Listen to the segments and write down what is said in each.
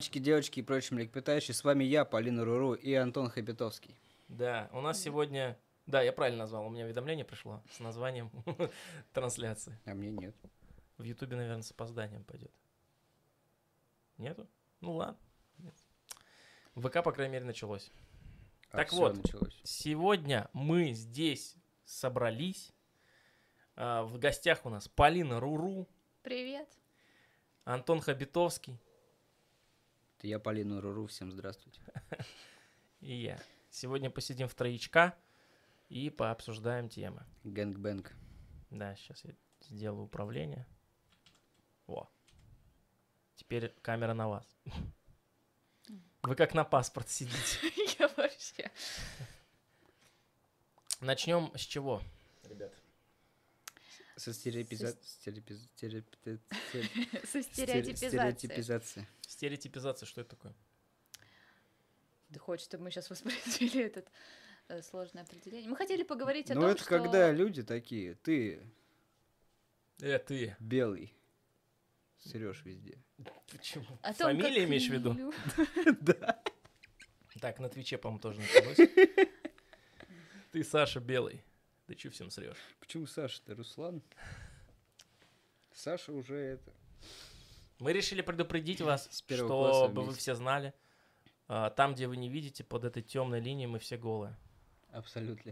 Девочки и прочие млекопитающие, с вами я, Полина Руру и Антон Хабитовский. Да, у нас сегодня... Да, я правильно назвал, у меня уведомление пришло с названием трансляции. А мне нет. В Ютубе, наверное, с опозданием пойдет. Нету? Ну ладно. Нет. В ВК, по крайней мере, началось. Так вот, началось. сегодня мы здесь собрались. В гостях у нас Полина Руру. Привет. Антон Хабитовский. Это я, Полина Руру, всем здравствуйте. И я. Сегодня посидим в троечка и пообсуждаем темы. Гэнг-бэнг. Да, сейчас я сделаю управление. Во. Теперь камера на вас. Вы как на паспорт сидите. Я вообще. Начнем с чего, ребят? Со стереотипизации. Стереотипизация, что это такое? Ты хочешь, чтобы мы сейчас воспроизвели это сложное определение? Мы хотели поговорить о Ну том, это что... когда люди такие, ты Ты. белый, срёшь везде. Почему? О том, Фамилия как имеешь в виду? Да. Так, на Твиче, по-моему, тоже началось. Ты, Саша, белый. Ты чё всем срёшь? Почему Саша-то, Руслан? Саша уже это... Мы решили предупредить вас, С первого класса чтобы вы вместе. все знали. Там, где вы не видите, под этой темной линией мы все голые. Абсолютно.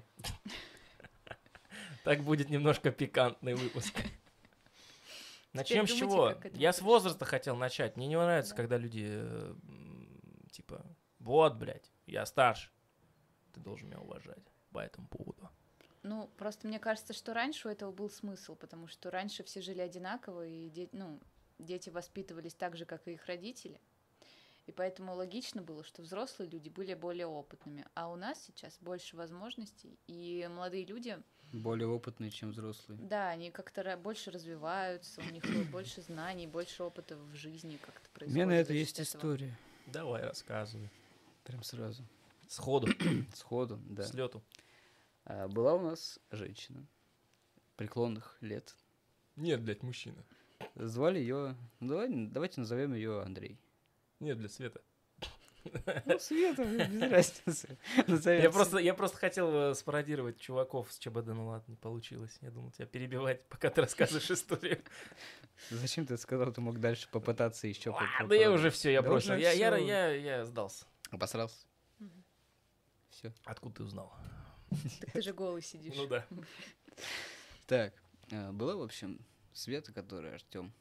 Так будет немножко пикантный выпуск. Начнем с думайте, чего? как к этому Я с пришли. возраста хотел начать. Мне не нравится, Да. когда люди типа, вот, блядь, я старше. Ты должен меня уважать по этому поводу. Ну, просто мне кажется, что раньше у этого был смысл, потому что раньше все жили одинаково, и дети воспитывались так же, как и их родители. И поэтому логично было, что взрослые люди были более опытными. А у нас сейчас больше возможностей, и молодые люди, Более опытные, чем взрослые. да, они как-то больше развиваются, у них больше знаний, больше опыта в жизни как-то У происходит. меня на это за есть счет этого. история. Давай, рассказывай. Прям сразу. Сходу, Сходу, да. с лету. Была у нас женщина преклонных лет. Нет, блядь, мужчина. Звали ее... Давайте назовем ее Андрей. Нет, блядь, Света. Ну, Света, без разницы. Назовем Я просто хотел спародировать чуваков с ЧБД, ну ладно, не получилось. Я думал тебя перебивать, пока ты рассказываешь историю. Зачем ты сказал, ты мог дальше попытаться еще? Да я уже все, я Да бросил. уже Я сдался. Обосрался. Мгм. Все. Откуда ты узнал? Так ты же голый сидишь. Ну да. Так, была, в общем, Света, которая Артем.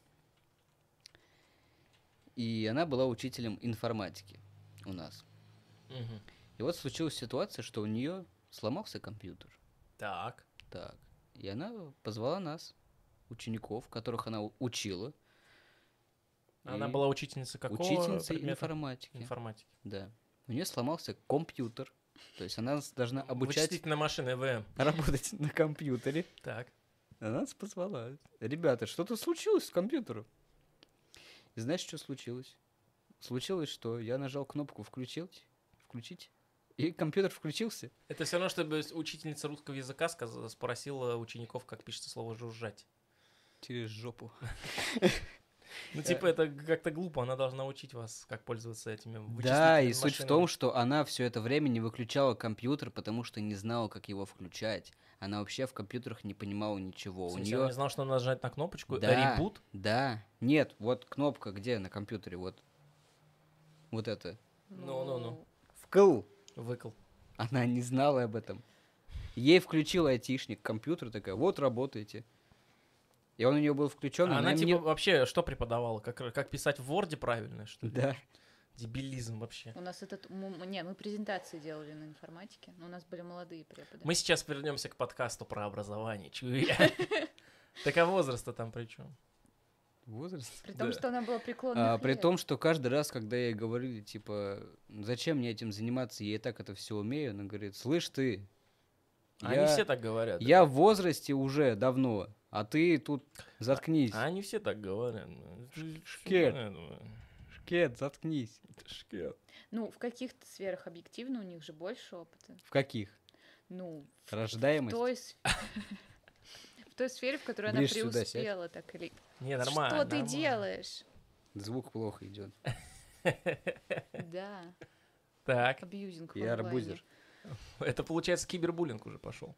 И она была учителем информатики у нас. Мгм. И вот случилась ситуация, что у нее сломался компьютер. Так. Так. И она позвала нас, учеников, которых она учила. Она И была учительницей какого учительницей предмета? информатики. Информатики. Да. У нее сломался компьютер. То есть она нас должна обучать Вычислительная машина ЭВМ. работать на компьютере. Так. Она нас позвала. Ребята, что-то случилось с компьютером. И знаешь, что случилось? Случилось, что я нажал кнопку включить, и компьютер включился. Это все равно, чтобы учительница русского языка спросила учеников, как пишется слово «жужжать». Через жопу. Ну, типа, это как-то глупо, она должна учить вас, как пользоваться этими Да, вычислительными и суть в машинами. том, что она все это время не выключала компьютер, потому что не знала, как его включать. Она вообще в компьютерах не понимала ничего. В У смысле, нее она не знала, что надо нажать на кнопочку Да. «ребут». Да, нет, вот кнопка где на компьютере, вот это. Ну. Вкл. Выкл. Она не знала об этом. Ей включил айтишник компьютер, такая, вот работаете. И он у нее был включен, А она, им типа, не- вообще что преподавала? Как писать в Word правильно, что ли? Да. Дебилизм вообще. У нас мы презентации делали на информатике, но у нас были молодые преподы. Мы сейчас вернемся к подкасту про образование. Чую я. Так а возраст-то там при чем? Возраст. При том, Да. что она была преклонных При лет. том, что каждый раз, когда я ей говорю, типа, зачем мне этим заниматься, я и так это все умею, она говорит, слышь ты, Они все так говорят. я в возрасте уже давно, а ты тут заткнись. А они все так говорят. Шкет. Шкет, заткнись. Шкет. Ну, в каких-то сферах объективно у них же больше опыта. В каких? Ну, в Рождаемость? в той сфере, в которой она Ближе сюда сядь. преуспела, так или... Не, нормально. Что ты нормально. делаешь? Звук плохо идет. Да, Так, абьюзинг в Я онлайне. арбузер. это получается кибербуллинг уже пошел.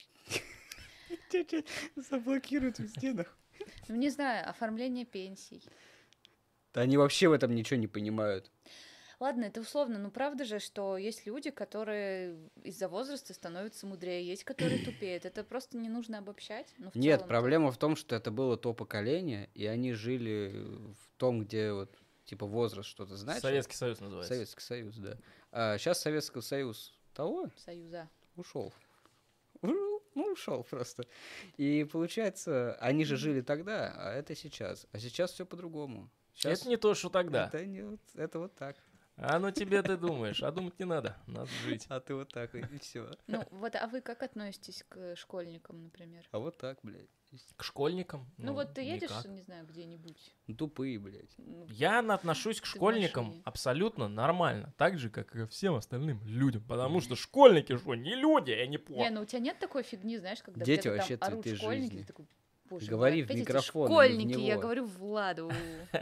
Тебя заблокируют в стенах. Ну, не знаю, оформление пенсий. Да они вообще в этом ничего не понимают. Ладно, это условно, но правда же, что есть люди, которые из-за возраста становятся мудрее, есть, которые тупеют. Это просто не нужно обобщать. Но в Нет, целом-то- проблема в том, что это было то поколение, и они жили в том, где вот типа возраст что-то значит. Советский Союз называется. Советский Союз, да. А сейчас Советский Союз того Союза. ушел. Ну, ушел просто. И получается, они же жили тогда, а это сейчас. А сейчас все по-другому. Сейчас Это не то, что тогда. Это, не вот, это вот так. А ну тебе ты думаешь, а думать не надо, надо жить. А ты вот так, и все. Ну, вот, а вы как относитесь к школьникам, например? А вот так, блядь. К школьникам? Ну, вот ты едешь, никак. не знаю, где-нибудь. Ну, тупые, блядь. ну, Я отношусь к Ты в школьникам машине. абсолютно нормально, так же, как и ко всем остальным людям, потому что школьники что, не люди, я не Не, понял. ну у тебя нет такой фигни, знаешь, когда Дети где-то вообще там орут цветы школьники, жизни. ты такой, боже Говори мой, в опять эти микрофон, а не в школьники, я него. говорю Владу.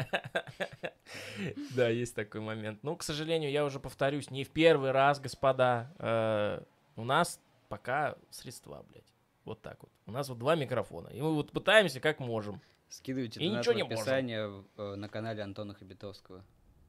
Да, есть такой момент. Ну, к сожалению, я уже повторюсь, не в первый раз, господа, у нас пока средства, блядь. Вот так вот. У нас вот 2 микрофона. И мы вот пытаемся как можем. Скидывайте И донат ничего в не можем. описание на канале Антона Хабитовского.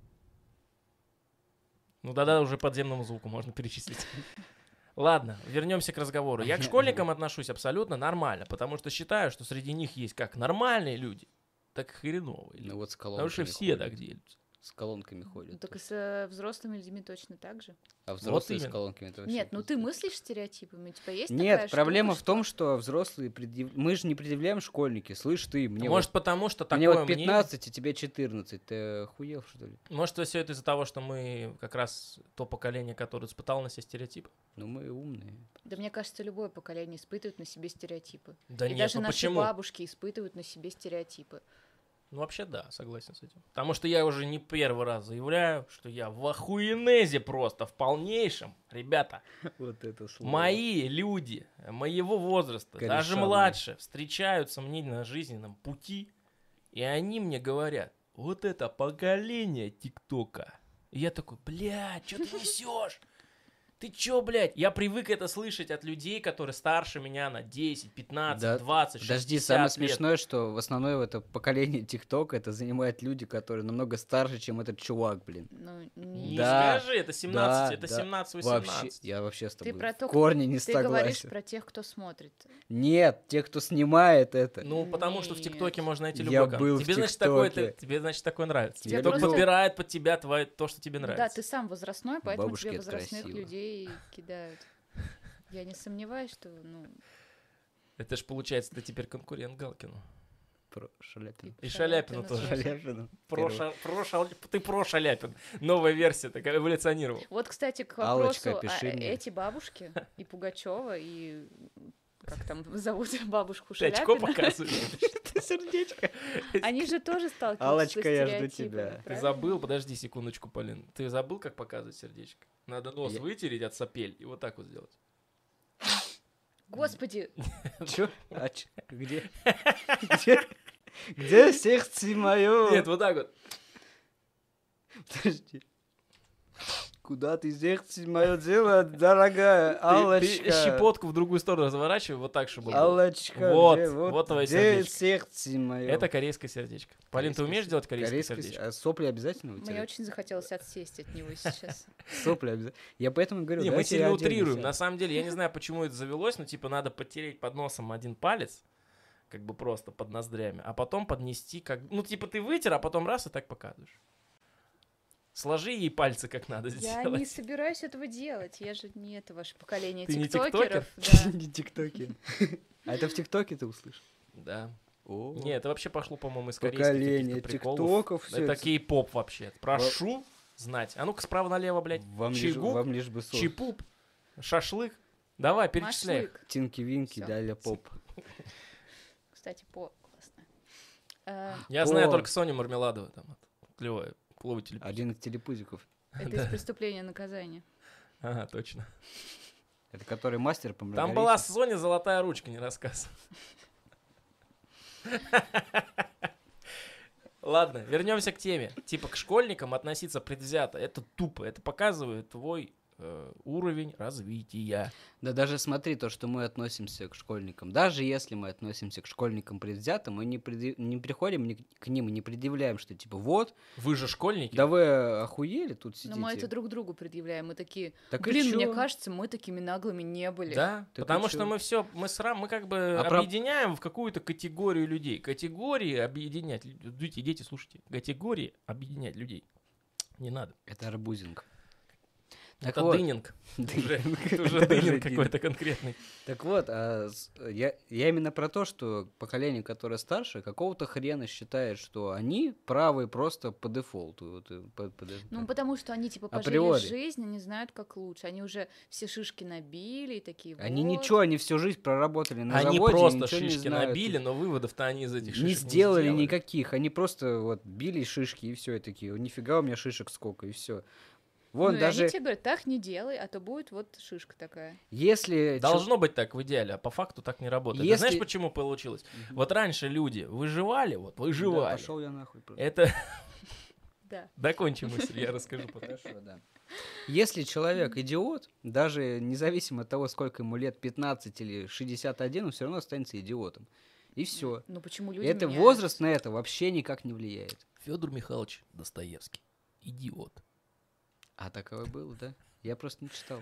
Ну да-да, уже подземному звуку можно перечислить. Ладно, вернемся к разговору. Я к школьникам отношусь абсолютно нормально, потому что считаю, что среди них есть как нормальные люди, так и хреновые люди. Ну вот с Потому что колонками все ходят. так делятся. С колонками Ну, ходят. так и с взрослыми людьми точно так же. А взрослые с именно. колонками это вообще Нет, ну ты пиздец. мыслишь стереотипами, у тебя есть Нет, такая проблема штука, в том, что взрослые мы же не предъявляем школьники. Слышь ты, мне Может, вот, потому что мне такое вот 15, а тебе 14. Ты охуел, что ли? Может, все это из-за того, что мы как раз то поколение, которое испытало на себе стереотипы? Ну мы умные. Да мне кажется, любое поколение испытывает на себе стереотипы. Да И нет, даже ну наши почему? бабушки испытывают на себе стереотипы. Ну, вообще, да, согласен с этим. Потому что я уже не первый раз заявляю, что я в охуенезе просто, в полнейшем. Ребята, Вот это слово. мои люди моего возраста, даже Корешаны. младше, встречаются мне на жизненном пути, и они мне говорят, вот это поколение ТикТока. И я такой, блядь, что ты несешь? Ты чё, блядь? Я привык это слышать от людей, которые старше меня на 10, 15, Да, 20, 60 Подожди, самое лет. смешное, что в основном это поколение ТикТока это занимают люди, которые намного старше, чем этот чувак, блин. Ну, Не не- Да, скажи, это 17, да, это да. 17-18. Вообще, я вообще с Ты тобой про то, в корне не ты говоришь согласен. про тех, кто смотрит. Нет, те, кто снимает это. Ну, потому что в ТикТоке Нет. можно найти Я любой контент. был в Тебе, значит, такое, ТикТоке. тебе, значит, такое нравится. Тебе ТикТок просто- подбирает под тебя то, что тебе Да, нравится. ты сам возрастной, поэтому Бабушки, тебе это возрастных красиво. людей кидают. Я не сомневаюсь, что, ну, Это ж получается, ты теперь конкурент Галкину. Про Шаляпин. И Шаляпину тоже. Шаляпину. Ты про Шаляпин. Новая версия, такая эволюционировал. Вот, кстати, к Аллочка, вопросу, пиши мне. эти бабушки, и Пугачева, и как там зовут бабушку Ты очко Шаляпина, показываешь. Сердечко. они же тоже сталкиваются Аллочка, с я жду стереотипами, тебя. Ты правильно? забыл, подожди секундочку, Полин. Ты забыл, как показывать сердечко? Надо нос Я- вытереть от сопель и вот так вот сделать. Господи, Чё? Где? Где? Где сердце мое? Нет, вот так вот. Подожди. Куда ты сердце мое дело, дорогая Ты Аллочка? щепотку в другую сторону разворачивай, вот так, чтобы было. Аллочка, Вот, где, вот твое где сердечко. сердце мое? Это корейское сердечко. Полин, ты Корейское умеешь се- делать корейское сердечко? А сопли обязательно мне вытереть? очень захотелось отсесть от него сейчас. Сопли обязательно. Я поэтому говорю, Не, мы давайте сильно я отдельно утрируем. сяду. На самом деле, я не знаю, почему это завелось, но типа надо потереть под носом один палец, как бы просто под ноздрями, а потом поднести как... Ну, типа ты вытер, а потом раз и так показываешь. Сложи ей пальцы как надо Я сделать. не собираюсь этого делать, я же не это ваше поколение Ты не тиктокеров. Да. Не тиктоки. А это в тиктоке ты услышишь? Да. О, Не, это вообще пошло, по-моему, из корейских поколение каких-то приколов. тиктоков. всё Это это. кей-поп вообще. Прошу знать. А ну-ка справа налево, блядь. Вам Чигук, лишь бы сос. чипуп, шашлык. Давай, перечисляй. Машлык. Тинки-винки, Всё. далее поп. Кстати, классно. Я О. знаю только Соню Мармеладову, там, клевая, плаватель. Один из телепузиков. Это из преступления и наказания. Ага, точно. Это который мастер по Там Маргарите. была Соня золотая ручка, не рассказывай. Ладно, вернемся к теме. Типа к школьникам относиться предвзято. Это тупо. Это показывает твой уровень развития. Да даже смотри, то, что мы относимся к школьникам. Даже если мы относимся к школьникам предвзято, мы не приходим к ним и не предъявляем, что типа вот, Вы же школьники. да вы охуели тут Но сидите. мы это друг другу предъявляем. Мы такие, Так и блин, чё? мне кажется, мы такими наглыми не были. Да, Так потому и что чё? мы как бы А про- объединяем в какую-то категорию людей. Категории объединять. Дети, слушайте. Категории объединять людей. Не надо. Это арбузинг. Так Это вот. дынинг. Уже Даже дынинг дынинг. какой-то конкретный. Так вот, я именно про то, что поколение, которое старше, какого-то хрена считает, что они правы просто по дефолту. Вот, Ну, потому что они, типа, пожили Априори. жизнь, они знают, как лучше. Они уже все шишки набили и такие, Они вот. ничего, они всю жизнь проработали на Они заводе, просто ничего не шишки знают. набили, но выводов-то они из этих шишек Не сделали сделали. никаких, они просто вот били шишки и все, и такие, нифига у меня шишек сколько, и все. Вон Ну, и даже они тебе говорят, так не делай, а то будет вот шишка такая. если... Должно быть так в идеале, а по факту так не работает. Ты Если- знаешь, почему получилось? Вот раньше люди выживали, выживали. Пошел я нахуй просто. Это... Да. Докончи мысль, я расскажу потом. Хорошо, да. Если человек идиот, даже независимо от того, сколько ему лет, 15 или 61, он все равно останется идиотом. И все. Ну, почему люди Это меняются? возраст на это вообще никак не влияет. Федор Михайлович Достоевский. Идиот. А таковое было, да? Я просто не читал.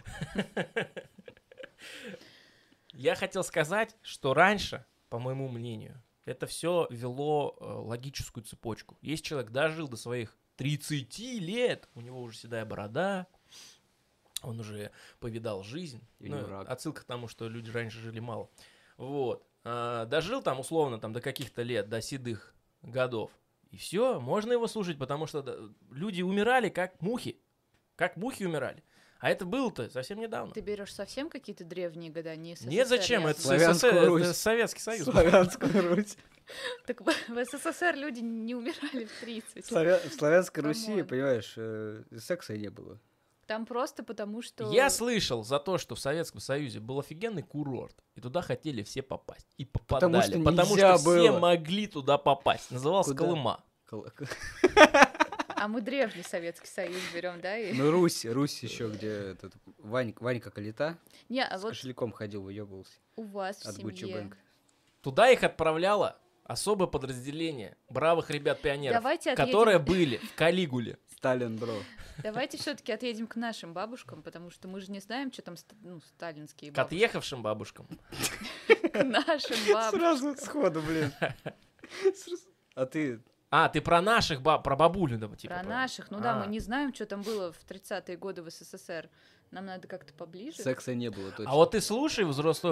Я хотел сказать, что раньше, по моему мнению, это все вело логическую цепочку. Есть человек, дожил до своих 30 лет, у него уже седая борода, он уже повидал жизнь. И у него Ну, рак. отсылка к тому, что люди раньше жили мало. Вот. Дожил там, условно, там, до каких-то лет, до седых годов. И все, можно его слушать, потому что люди умирали как мухи. Как мухи умирали. А это было-то совсем недавно. Ты берешь совсем какие-то древние года, не СССР? Нет, зачем? ясно. Это Славянскую СССР, Русь. это Советский Союз. Славянскую Русь. Так в СССР люди не умирали в 30. В Славянской Руси, Камон. понимаешь, секса и не было. Там просто потому, что... Я слышал за то, что в Советском Союзе был офигенный курорт, и туда хотели все попасть. И попадали. что Потому нельзя что все было. могли туда попасть. Назывался Куда? Колыма. А мы древний Советский Союз берем, да? И... Ну, Русь еще, где этот Ванька Калита Не, а с вот кошельком ходил, выебывался у вас в от Гуччи семье... Бэнк. Туда их отправляло особое подразделение бравых ребят-пионеров, Давайте отъедем. которые были в Калигуле. Сталин, бро. Давайте все-таки отъедем к нашим бабушкам, потому что мы же не знаем, что там сталинские К бабушки. отъехавшим бабушкам. К нашим бабушкам. Сразу сходу, блин. А ты... А, ты про наших про бабулю, да, типа. Про наших. Ну да, А. мы не знаем, что там было в 30-е годы в СССР. Нам надо как-то поближе. Секса не было, точно. А вот ты слушай взрослое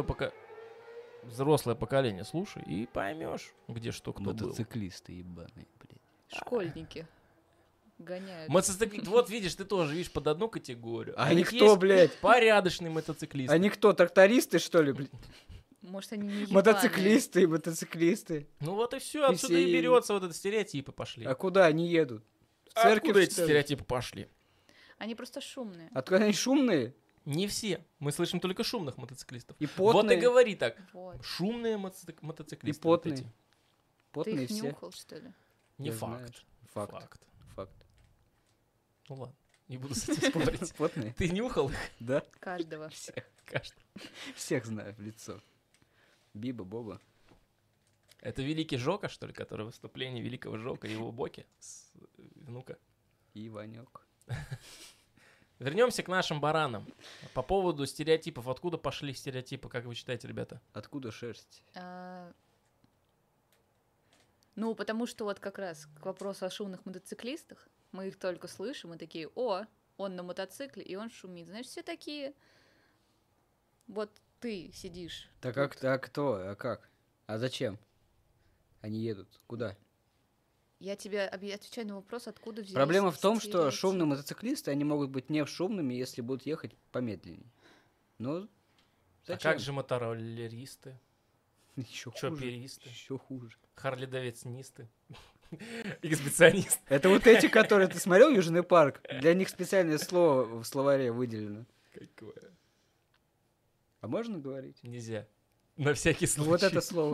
поколение, слушай, и поймешь, где что кто был. Мотоциклисты ебаные, блин. Школьники гоняют. Вот видишь, ты тоже видишь под одну категорию. А них никто, есть блядь? порядочный мотоциклист. Они кто, трактористы, что ли, блин? Может, они не ебаные. Мотоциклисты. Ну вот и все, И отсюда все- и берется вот этот стереотипы пошли. А куда они едут? В А церковь, откуда эти что ли? стереотипы пошли? Они просто шумные. Откуда они шумные Не все. Мы слышим только шумных мотоциклистов. и Вот и потные? говори так. Вот. Шумные мотоциклисты. И потные. вот эти. Ты Потные их все. нюхал, что ли? Не Я факт. знаю. Факт. Факт. Ну ладно, не буду с этим спорить. Потные? Ты нюхал их? Да? Каждого. Кажется. Всех знаю в лицо. Биба, Боба. Это великий Жока, что ли, который выступление великого Жока, его боки. Ну-ка. И Ванек. Вернемся к нашим баранам. По поводу стереотипов. Откуда пошли стереотипы, как вы считаете, ребята? Откуда шерсть? Ну, потому что вот как раз к вопросу о шумных мотоциклистах, мы их только слышим и такие, о, он на мотоцикле, и он шумит. Знаешь, все такие, вот ты сидишь. Так тут. а кто? А как? А зачем? Они едут. Куда? Я тебе отвечаю на вопрос, откуда взялись Проблема в том, что стереотипы. шумные мотоциклисты, они могут быть не шумными, если будут ехать помедленнее. Ну, А зачем? как же мотороллеристы, Еще хуже. чоперисты, Еще хуже. харли-давидсонисты, экспедиционисты? Это вот эти, которые... Ты смотрел «Южный парк»? Для них специальное слово в словаре выделено. Какое? А можно говорить? Нельзя. На всякий Ну случай. вот это слово.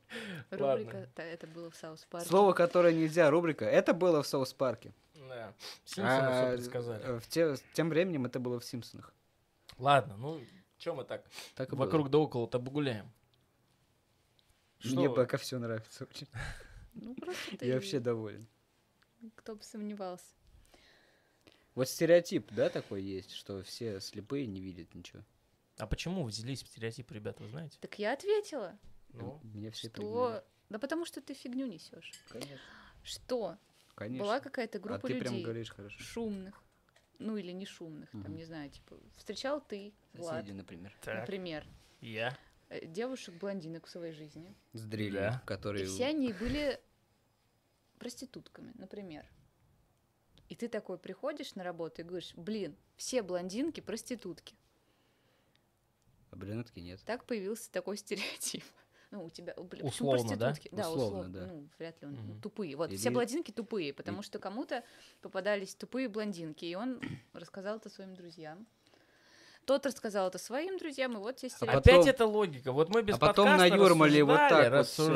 Рубрика, это было в Саус Парке. Слово, которое нельзя, рубрика. Это было в Соус Парке. Да. Симпсоны все А, предсказали. Тем временем это было в Симпсонах. Ладно, ну, чё мы так Так и вокруг было. да около-то погуляем? Мне Что? пока все нравится очень. Ну, просто Я ты... вообще доволен. Кто бы сомневался. Вот стереотип, да, такой есть, что все слепые не видят ничего. А почему взялись в стереотип, ребята, вы знаете? Так я ответила, Ну, Меня все что... Да потому что ты фигню несешь. Конечно. Что? Конечно. Была какая-то А группа ты людей прям говоришь хорошо. шумных, ну или не шумных, там, Мгм. не знаю, типа, встречал ты, Влад, Соседи, например. так, например, я. девушек-блондинок в своей жизни. С дрелью, Да. И которые... все они были проститутками, например. И ты такой приходишь на работу и говоришь, блин, все блондинки проститутки. А брюнетки нет. Так появился такой стереотип. Ну, у тебя... Почему Условно, да? проститутки? Да, Условно, условно. да. Ну, вряд ли он... Мгм. Тупые. Вот, Или- все блондинки тупые, потому И- что кому-то попадались тупые блондинки, и он рассказал это своим друзьям. Тот рассказал это своим друзьям, и вот тебе стереотип. потом- Опять эта логика. Вот мы без А потом на подкаста Юрмале вот так вот всё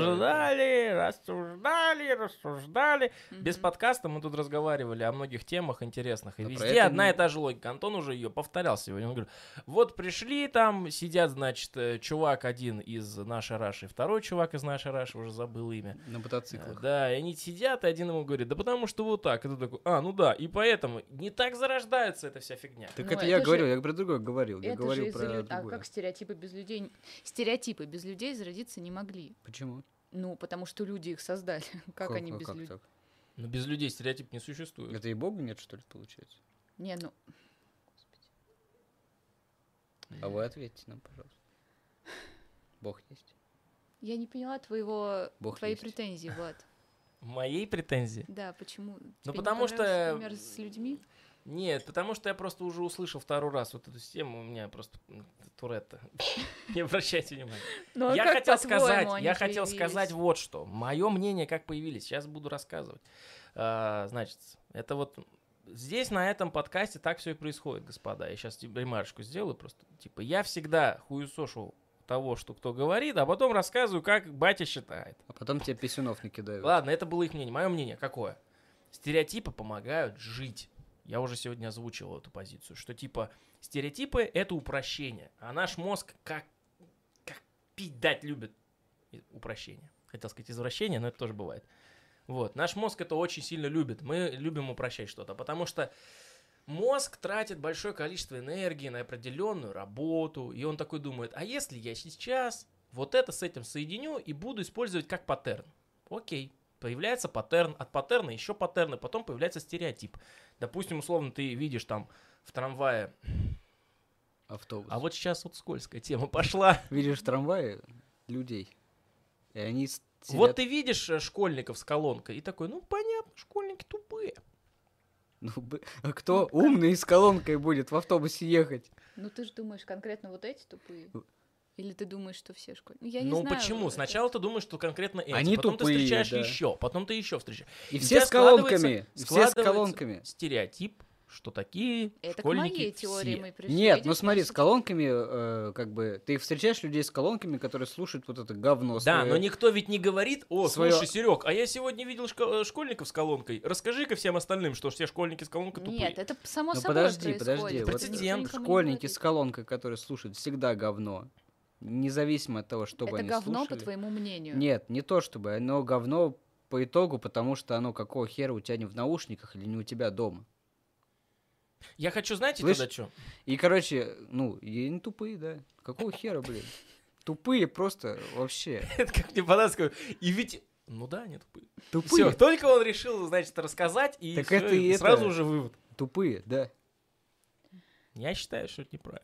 рассуждали. Без Мгм. подкаста мы тут разговаривали о многих темах интересных. И А про везде это одна не- и та же логика. Антон уже ее повторял сегодня. Он говорит, вот пришли там, сидят, значит, чувак один из нашей Раши, второй чувак из нашей Раши, уже забыл имя. На мотоциклах. Да, и они сидят, и один ему говорит, да потому что вот так. И ты такой, ну да, и поэтому не так зарождается эта вся фигня. Так Ну, это это я же- говорил, я про другое говорил. Я Это говорил же из-за про А другое. как стереотипы без людей? Стереотипы без людей зародиться не могли. Почему? Ну, потому что люди их создали. Как они без людей? так? Но без людей стереотип не существует. Это и бога нет, что ли, получается? Не, ну, А вы ответьте нам, пожалуйста. Бог есть. я не поняла Бог твои есть. претензии, Влад. Моей претензии? Да, почему? Тебе не потому что- понравился пример с людьми? Нет, потому что я просто уже услышал второй раз вот эту систему, у меня просто Туретта. Не обращайте внимания. Ну, а Я как, хотел по-твоему, сказать, они я хотел появились? сказать вот что. Мое мнение, как появились, сейчас буду рассказывать. Значит, это вот здесь, на этом подкасте так все и происходит, господа. Я сейчас ремарочку сделаю просто. Типа, я всегда хуесошу того, что кто говорит, а потом рассказываю, как батя считает. А потом тебе писюнов накидают. Ладно, это было их мнение. Мое мнение какое? Стереотипы помогают жить. Я уже сегодня озвучивал эту позицию, что типа стереотипы — это упрощение, а наш мозг как пить дать любит упрощение. Хотел сказать извращение, но это тоже бывает. Вот, наш мозг это очень сильно любит. Мы любим упрощать что-то, потому что мозг тратит большое количество энергии на определенную работу, и он такой думает, а если я сейчас вот это с этим соединю и буду использовать как паттерн? Окей. Появляется паттерн, от паттерна еще паттерны, потом появляется стереотип. Допустим, условно, ты видишь там в трамвае, Автобус. а вот сейчас вот скользкая тема пошла. Видишь в трамвае людей, и они сидят... Вот ты видишь школьников с колонкой и такой, ну понятно, школьники тупые. Ну, а кто умный с колонкой будет в автобусе ехать? Ну, ты же думаешь, конкретно вот эти тупые? Или ты думаешь, что все школьники? Я не Ну знаю. почему? это- Сначала ты думаешь, что конкретно эти, Они потом тупые, ты встречаешь да. еще, потом ты еще встречаешь. И У все тебя с колонками. складывается- Все с складывается колонками. Стереотип, что такие Это к школьники моей теории все. мы пришли. Нет, Видишь, ну смотри, с значит, колонками, как бы, ты встречаешь людей с колонками, которые слушают вот это говно. Да, своё. но никто ведь не говорит, Своё- слушай, Серег, а я сегодня видел школьников с колонкой. Расскажи-ка всем остальным, что все школьники с колонкой тупые. Нет, это само Ну, собой подожди, происходит. подожди, Это вот никто Прецедент. никому не Школьники говорит. с колонкой, которые слушают, всегда говно. Независимо от того, что бы Это они говно, слушали. по твоему мнению. Нет, не то чтобы, оно говно по итогу, потому что оно какого хера у тебя не в наушниках или не у тебя дома. Я хочу, знаете, Слышь? тогда что? И, короче, ну, и не тупые, да. Какого хера, блин? Тупые просто вообще. Это как мне понравилось. И ведь, ну да, они тупые. Тупые. Все, только он решил, значит, рассказать, и, Так всё, это и и это. сразу уже вывод. Тупые, да. Я считаю, что это неправильно.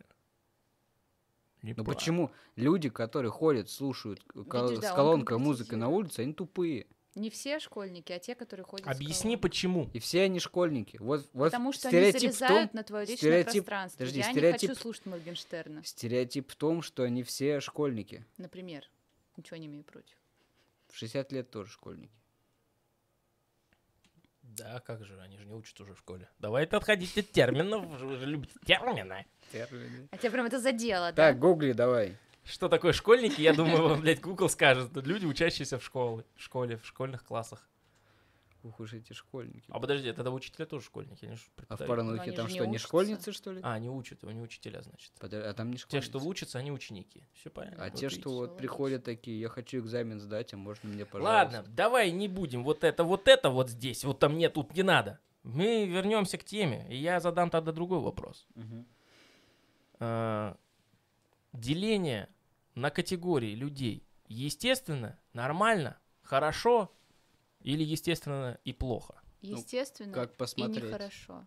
Но Неправильно. почему люди, которые ходят, слушают Видишь, да, с он колонкой музыки на конкретизирует. улице, они тупые. Не все школьники, а те, которые ходят с Объясни, колонкой. почему. И все они школьники. Вот Потому что они стереотип в залезают том, на твое личное стереотип- пространство. подожди, Я не стереотип- хочу слушать Моргенштерна, стереотип в том, что они все школьники. например. Ничего не имею против. В 60 лет тоже школьники. Да, как же, они же не учатся уже в школе. Давайте отходите от терминов, вы же любите термины. А тебя прям это задело, да? Так, гугли давай. Что такое школьники? Я думаю, вам, блядь, Google скажет. Люди, учащиеся в школе, в школьных классах. Ух уж эти школьники. А подожди, тогда учителя тоже школьники, они же А в преподают. паранойке они там же не что, не учатся. школьницы, что ли? А, они учат, они учителя, значит. А там не Те, школьницы. что учатся, они ученики. Все понятно. А Вот те, видите. что вот Всё приходят такие, я хочу экзамен сдать, а можно мне, Ладно, пожалуйста? давай не будем вот это вот здесь, вот там нет, тут не надо. Мы вернемся к теме, и я задам тогда другой вопрос. Мгм. Деление на категории людей естественно, нормально, хорошо или естественно и плохо? Естественно, как и посмотреть. нехорошо.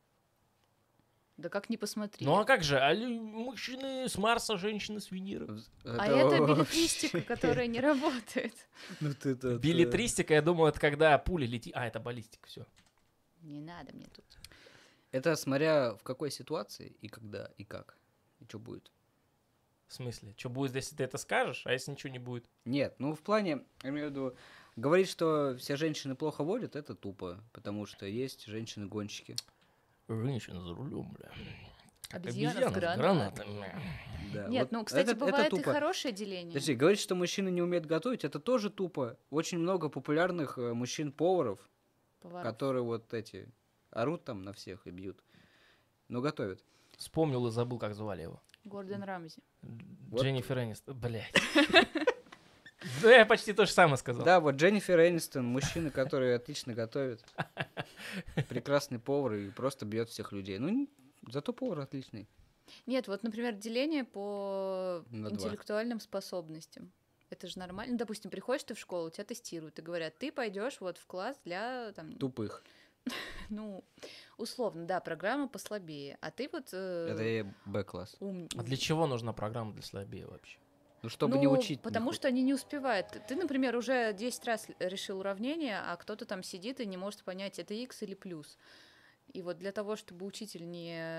Да как не посмотреть. Ну а как же, мужчины с Марса, женщины с Венеры? А это билетристика, которая не работает. Ну ты-то... Билетристика, я думал, это когда пуля летит. А, это баллистика, все. Не надо мне тут. Это смотря в какой ситуации, и когда, и как, и что будет. В смысле? Что будет, если ты это скажешь, а если ничего не будет? Нет, ну в плане, я имею в виду, говорить, что все женщины плохо водят, это тупо, потому что есть женщины-гонщики. Женщина за рулем, бля. Как Обезьяна с гранатами. Да, Нет, вот ну, кстати, это бывает и тупо. хорошее деление. Подожди, говорить, что мужчины не умеют готовить, это тоже тупо. Очень много популярных мужчин-поваров, Поваров. которые вот эти орут там на всех и бьют, но готовят. Вспомнил и забыл, как звали его. Гордон Рамзи. Вот. Дженнифер Энистон. Блядь. Да я почти то же самое сказал. Да, вот Дженнифер Энистон, мужчина, который отлично готовит, прекрасный повар и просто бьет всех людей. Ну, зато повар отличный. Нет, вот, например, деление по На два. интеллектуальным способностям. Это же нормально. Ну, допустим, приходишь ты в школу, тебя тестируют и говорят, ты пойдешь вот в класс для, там, Тупых. ну, условно, да, программа послабее, а ты вот Это и Б-класс. А для чего нужна программа для слабее вообще? Ну, чтобы не Ну, учить. потому что они не успевают. Ты, например, уже 10 раз решил уравнение, а кто-то там сидит и не может понять, это x или плюс. И вот для того, чтобы учитель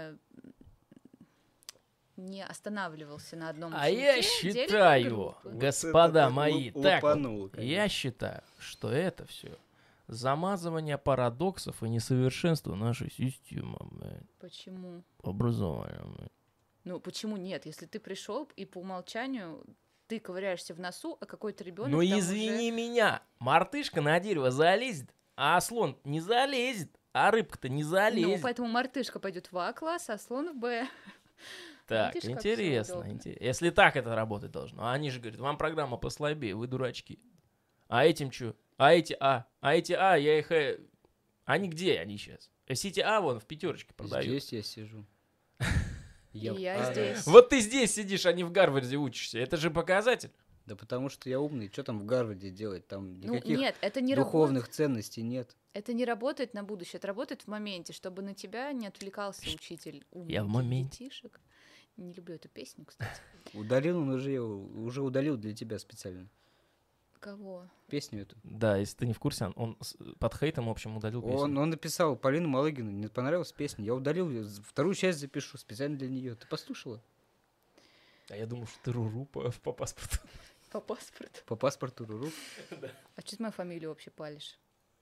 не останавливался на одном А я ученике, делят на считаю, группы. господа мои, так вот, лупанул, я считаю, что это все замазывание парадоксов и несовершенства нашей системы Почему? образования. Ну, почему нет? Если ты пришел и по умолчанию ты ковыряешься в носу, а какой-то ребенок. Ну извини меня, мартышка на дерево залезет, а слон не залезет, а рыбка-то не Ну, залезет. поэтому мартышка пойдет в А класс, а слон в Б. Так, Видишь, как всё интересно, удобно. Если так это работать должно. А они же говорят, вам программа послабее, вы дурачки. А этим что? А эти я их... Они где они сейчас? Сити А вон в пятерочке продают. Здесь я сижу. я здесь. Вот ты здесь сидишь, а не в Гарварде учишься. Это же показатель. Да потому что я умный. Что там в Гарварде делать? Там Ну, никаких нет, это не духовных ценностей нет. Это не работает на будущее, это работает в моменте, чтобы на тебя не отвлекался учитель умных Я в моменте. детишек. Не люблю эту песню, кстати. Удалил он уже удалил для тебя специально. Кого? Песню эту. Да, если ты не в курсе, он под хейтом, в общем, удалил песню. Он написал Полину Малыгину, не понравилась песня. Я удалил ее, вторую часть запишу специально для нее. Ты послушала? А я думал, что ты Руру по паспорту. По паспорту. По паспорту Руру. А что ты мою фамилию вообще палишь?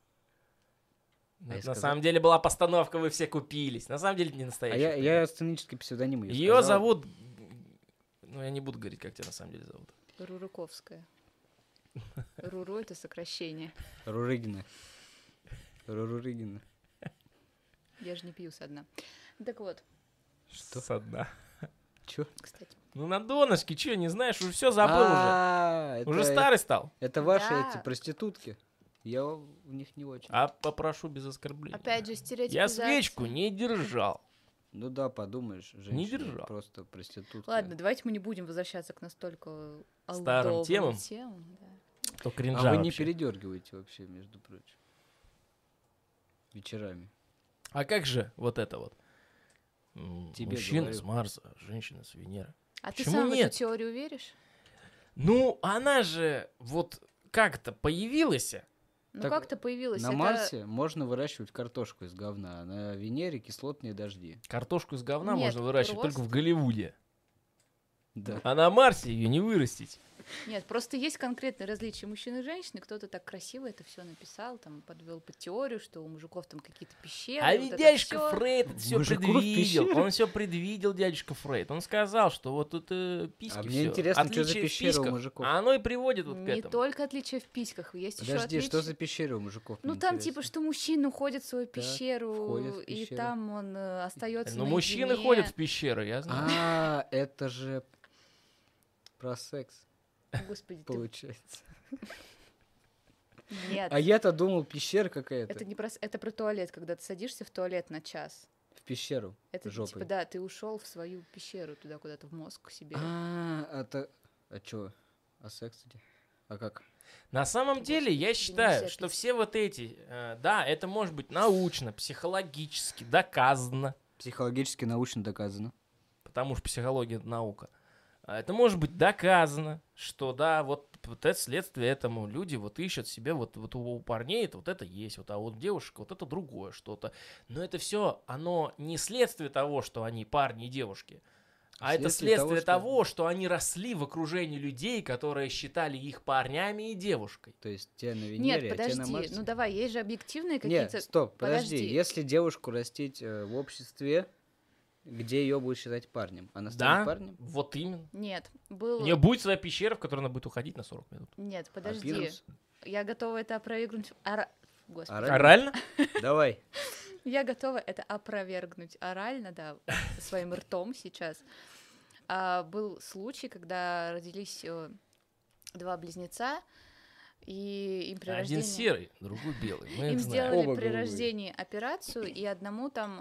я На сказал- самом деле была постановка, вы все купились. На самом деле это не А настоящий. я сценический псевдоним ее Ее зовут... Ну, я не буду говорить, как тебя на самом деле зовут. Руруковская. Руру — это сокращение. Рурыгина. Рурыгина. Я же не пью со дна. Так вот, Что? Со дна. Чё? кстати. Ну, на донышке, что, не знаешь? Уже все забыл уже. Уже старый стал. Это ваши Да. эти проститутки. Я в них не очень. А попрошу без оскорблений. Опять же, Я стереотипизация. свечку не держал. Ну да, подумаешь, женщина держал. просто проститутка. Ладно, давайте мы не будем возвращаться к настолько Старым олдовым темам? да. То кринжа А вы не вообще. передергиваете вообще, между прочим. Вечерами. А как же вот это вот? Тебе Мужчина говорю. с Марса, женщина с Венеры. А ты Почему сам в нет? эту теорию веришь? Ну, она же вот как-то появилась. Ну Так как-то появилась. На это... Марсе можно выращивать картошку из говна, а на Венере кислотные дожди. Картошку из говна Нет, можно выращивать только в просто. Голливуде. Да. А на Марсе ее не вырастить. Нет, просто есть конкретные различия мужчин и женщин, и кто-то так красиво это все написал, там, подвел под теорию, что у мужиков там какие-то пещеры. А вот ведь это дядюшка всё. Фрейд это все Мужиков предвидел. пещеры? Он все предвидел, дядюшка Фрейд. Он сказал, что вот тут письки А мне всё. интересно, что за Отличие в пещера у письках, мужиков? А оно и приводит вот к Не этому. только отличия в письках, есть еще Подожди, отличия. что за пещера у мужиков? Ну мне там интересно. типа, что мужчина уходит в свою пещеру, входит в и пещеру. там он остается. Ну, мужчины ходят в пещеры, я знаю. А, это же про секс, Господи, ты... получается. Нет, А я-то думал, пещера какая-то. это не про... это про туалет, когда ты садишься в туалет на час. В пещеру. Это жопой. типа, да, ты ушел в свою пещеру туда куда-то в мозг к себе. Это... А чё? А секс где? А как? На самом деле, я Господи, считаю, нельзя что пить. все вот эти, да, это может быть научно, психологически доказано, Психологически, научно доказано. потому что психология — это наука. Это может быть доказано, что да, вот это следствие этому. Люди вот ищут себе, вот у парней это вот это есть, вот, а у девушек вот это другое что-то. Но это все, оно не следствие того, что они парни и девушки, а это следствие того, что они росли в окружении людей, которые считали их парнями и девушкой. То есть те на Венере, Нет, а те на подожди, Марсе? ну давай, есть же объективные Нет, какие-то... стоп, подожди. Подожди. Если девушку растить в обществе, где ее будут считать парнем, она станет Да, парнем? вот именно. Нет, был... У нее будет своя пещера, в которой она будет уходить на 40 минут. Нет, А подожди. Пирус? Я готова это опровергнуть. Господи. Орально? Орально? Давай. Я готова это опровергнуть орально, да, своим ртом сейчас. Был случай, когда родились два близнеца, и им при Один рождении... серый, другой белый. Мы Им это знаем. сделали Оба при голубые. рождении операцию, и одному там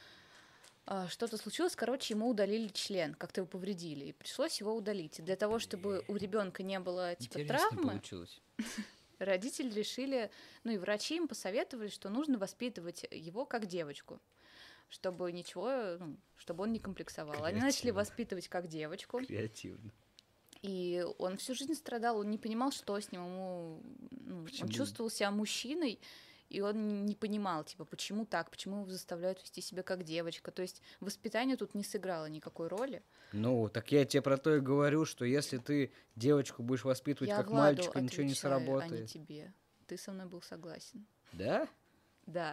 что-то случилось, короче, ему удалили член, как-то его повредили, и пришлось его удалить. И для того, чтобы у ребенка не было типа Интересно травмы, получилось. родители решили, ну и врачи им посоветовали, что нужно воспитывать его как девочку, чтобы ничего, ну, чтобы он не комплексовал. Они начали Креативно. воспитывать как девочку, Креативно. и он всю жизнь страдал, он не понимал, что с ним, ему, ну, Почему? он чувствовал себя мужчиной, и он не понимал, типа, почему так, почему его заставляют вести себя как девочка. То есть воспитание тут не сыграло никакой роли. Ну, так я тебе про то и говорю, что если ты девочку будешь воспитывать Я как Владу мальчика, ничего не отвечаю, а не сработает. тебе. Ты со мной был согласен. Да? Да.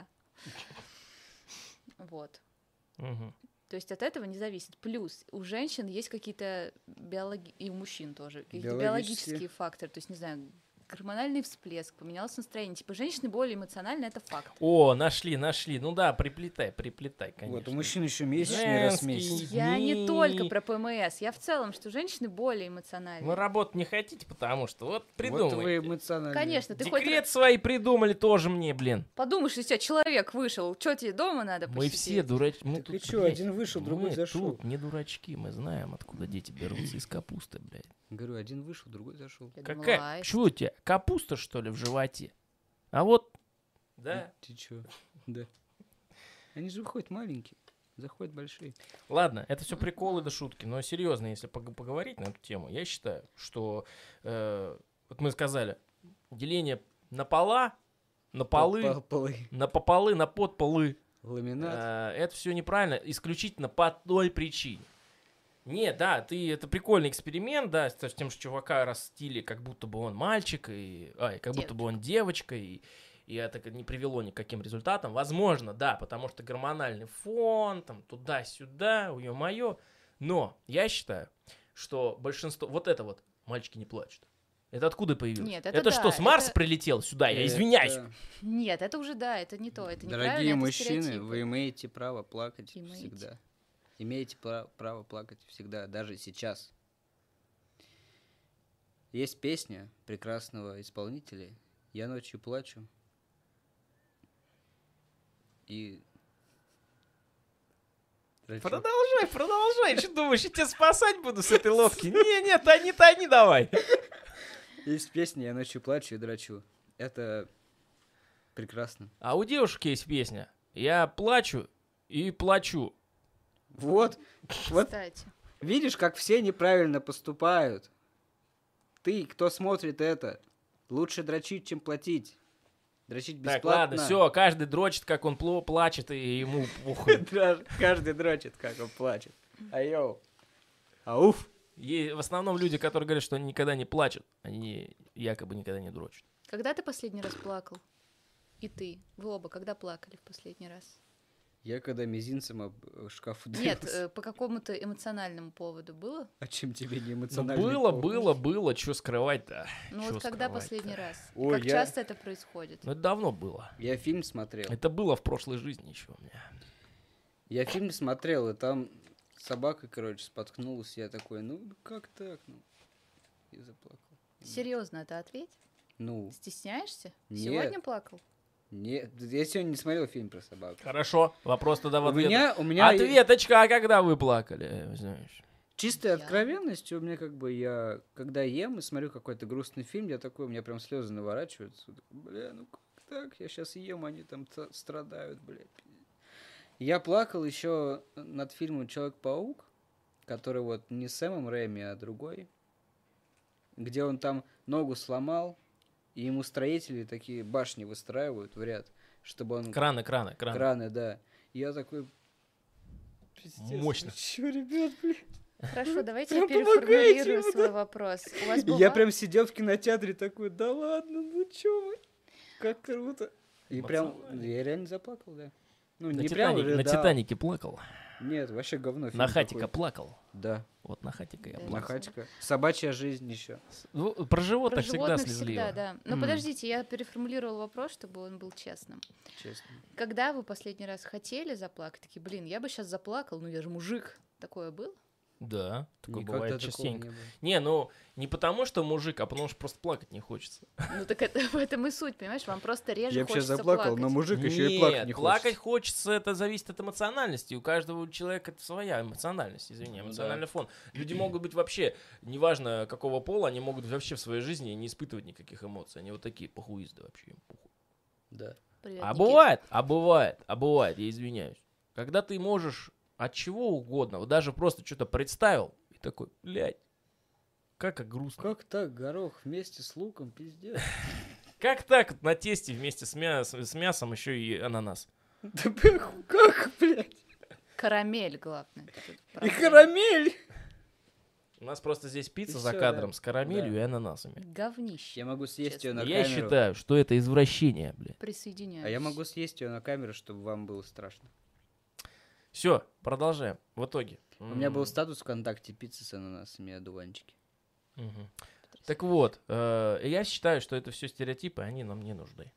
Вот. Мгм. То есть от этого не зависит. Плюс у женщин есть какие-то и у мужчин тоже, какие-то биологические факторы. То есть, не знаю, гормональный всплеск, поменялось настроение. Типа, женщины более эмоциональны, это факт. О, нашли. Ну да, приплетай, конечно. Вот, у мужчин еще месячные раз в Женские месяц. Я не дни. только про ПМС, я в целом, что женщины более эмоциональны. Вы работать не хотите, потому что вот Вот вы придумайте. эмоциональные. Конечно, ты хоть Декрет свои придумали тоже мне, блин. подумаешь, если у тебя человек вышел, что тебе дома надо Мы посидеть? все дурачки. Мы Так тут, и чё, блядь, один вышел, другой мы зашел. тут не дурачки, мы знаем, откуда дети берутся из капусты, блядь. Говорю, один вышел, другой зашел. Я думала, Какая? аист. Чё у тебя? Капуста, что ли, в животе? А вот, да. Ты чё? Да. Они же выходят маленькие, заходят большие. Ладно, это все приколы да шутки, но серьезно, если поговорить на эту тему, я считаю, что вот мы сказали, деление на пола, на полы, Полы. на пополы, на подполы, Ламинат. это все неправильно, исключительно по одной причине. Нет, да, это прикольный эксперимент, да, с тем, что чувака растили, как будто бы он мальчик, и как будто бы он девочка, и это не привело ни к каким результатам. Возможно, да, потому что гормональный фон, там, туда-сюда, ё-моё. Но я считаю, что большинство, вот это вот, мальчики не плачут. Это откуда появилось? Нет, это да, что, с Марса это- прилетел сюда? Я Это- извиняюсь. Нет, это уже да, это не то, это неправильно, Дорогие это мужчины, стереотипы. вы имеете право плакать Имеете. всегда. Имеете право плакать всегда, даже сейчас. Есть песня прекрасного исполнителя «Я ночью плачу». И... Продолжай. Что думаешь, я тебя спасать буду с этой лодки? Не, тони давай. Есть песня «Я ночью плачу и драчу». Это прекрасно. А у девушки есть песня. Я плачу и плачу. Вот, Кстати, видишь, как все неправильно поступают. Ты, кто смотрит это, лучше дрочить, чем платить. Дрочить Так, бесплатно. ладно, все, каждый дрочит, как он плачет, и ему похуй. Каждый дрочит, как он плачет. Айоу. Ауф. В основном люди, которые говорят, что они никогда не плачут, они якобы никогда не дрочат. Когда ты последний раз плакал? И ты? Вы оба когда плакали в последний раз? Я когда мизинцем об шкаф Нет, ударился. по какому-то эмоциональному поводу было? А чем тебе не Ну, эмоционально? было, что скрывать-то? Ну Чё вот когда скрывать-то? последний раз? И Ой, как я- часто это происходит? Ну, это давно было. Я фильм смотрел. Это было в прошлой жизни еще у меня. Я фильм смотрел, и там собака, короче, споткнулась. Я такой, ну как так? Ну, и заплакал. Серьезно, это ответь? Ну, Стесняешься? Нет. Сегодня плакал? нет, я сегодня не смотрел фильм про собаку. Хорошо, вопрос тогда в ответ. У меня Ответочка, а когда вы плакали? Знаешь? чистая Я- откровенность, у меня как бы я, когда ем и смотрю какой-то грустный фильм, я такой, у меня прям слезы наворачиваются. Бля, ну как так? Я сейчас ем, они там страдают, блядь. Я плакал еще над фильмом Человек-паук, который вот не с Сэмом Рэйми, а другой, где он там ногу сломал, и ему строители такие башни выстраивают в ряд, чтобы он... Краны. Краны, да. И я такой... Пиздец, Мощно. вы чё, ребят, блядь? Хорошо, давайте я Прям помогаете переформулирую ему, свой вопрос. У вас И я бывало- прям сидел в кинотеатре такой, да ладно, ну чё вы, как круто. И прям, Эмоционально. я реально заплакал, да. Ну, На не прям Титанике, на рыдал. Титанике плакал. Нет, вообще говно. фильм На Хатика такой. плакал. Да, Вот на Хатика я Да. на плакал. Хатика. Собачья жизнь еще. Ну, про животных Про всегда животных слезливо. всегда, да. Но М. подождите, я переформулировала вопрос, чтобы он был честным. Честно. Когда вы последний раз хотели заплакать, такие, блин, я бы сейчас заплакал, ну я же мужик. Такое было? Да, такое Никогда бывает такого частенько. не было. Не, ну, не потому что мужик, а потому что просто плакать не хочется. Ну так это в этом и суть, понимаешь? Вам просто реже Я вообще хочется заплакал, плакать. но мужик еще и плакать не плакать хочет. хочется, это зависит от эмоциональности. У каждого человека это своя эмоциональность, извини, Ну эмоциональный фон. Люди могут быть вообще, неважно какого пола, они могут вообще в своей жизни не испытывать никаких эмоций. Они вот такие похуизды вообще, им похуй. Да. Привет, А Никит. бывает, я извиняюсь. Когда ты можешь от чего угодно, вот даже просто что-то представил, и такой, блядь, как грустно. Как так, горох вместе с луком, пиздец. Как так вот на тесте вместе с мясом еще и ананас? Да бля, как, блядь? Карамель, главное. это тут И проблема. карамель! У нас просто здесь пицца И за всё, кадром да. с карамелью Да. и ананасами. Говнище. Я могу съесть ее Честно. на Я камеру. считаю, что это извращение, блядь. Присоединяюсь. А я могу съесть ее на камеру, чтобы вам было страшно. Все, продолжаем. В итоге. У меня был статус ВКонтакте пицца с ананасами и одуванчики. Мгм. Так вот, я считаю, что это все стереотипы, они нам не нужны.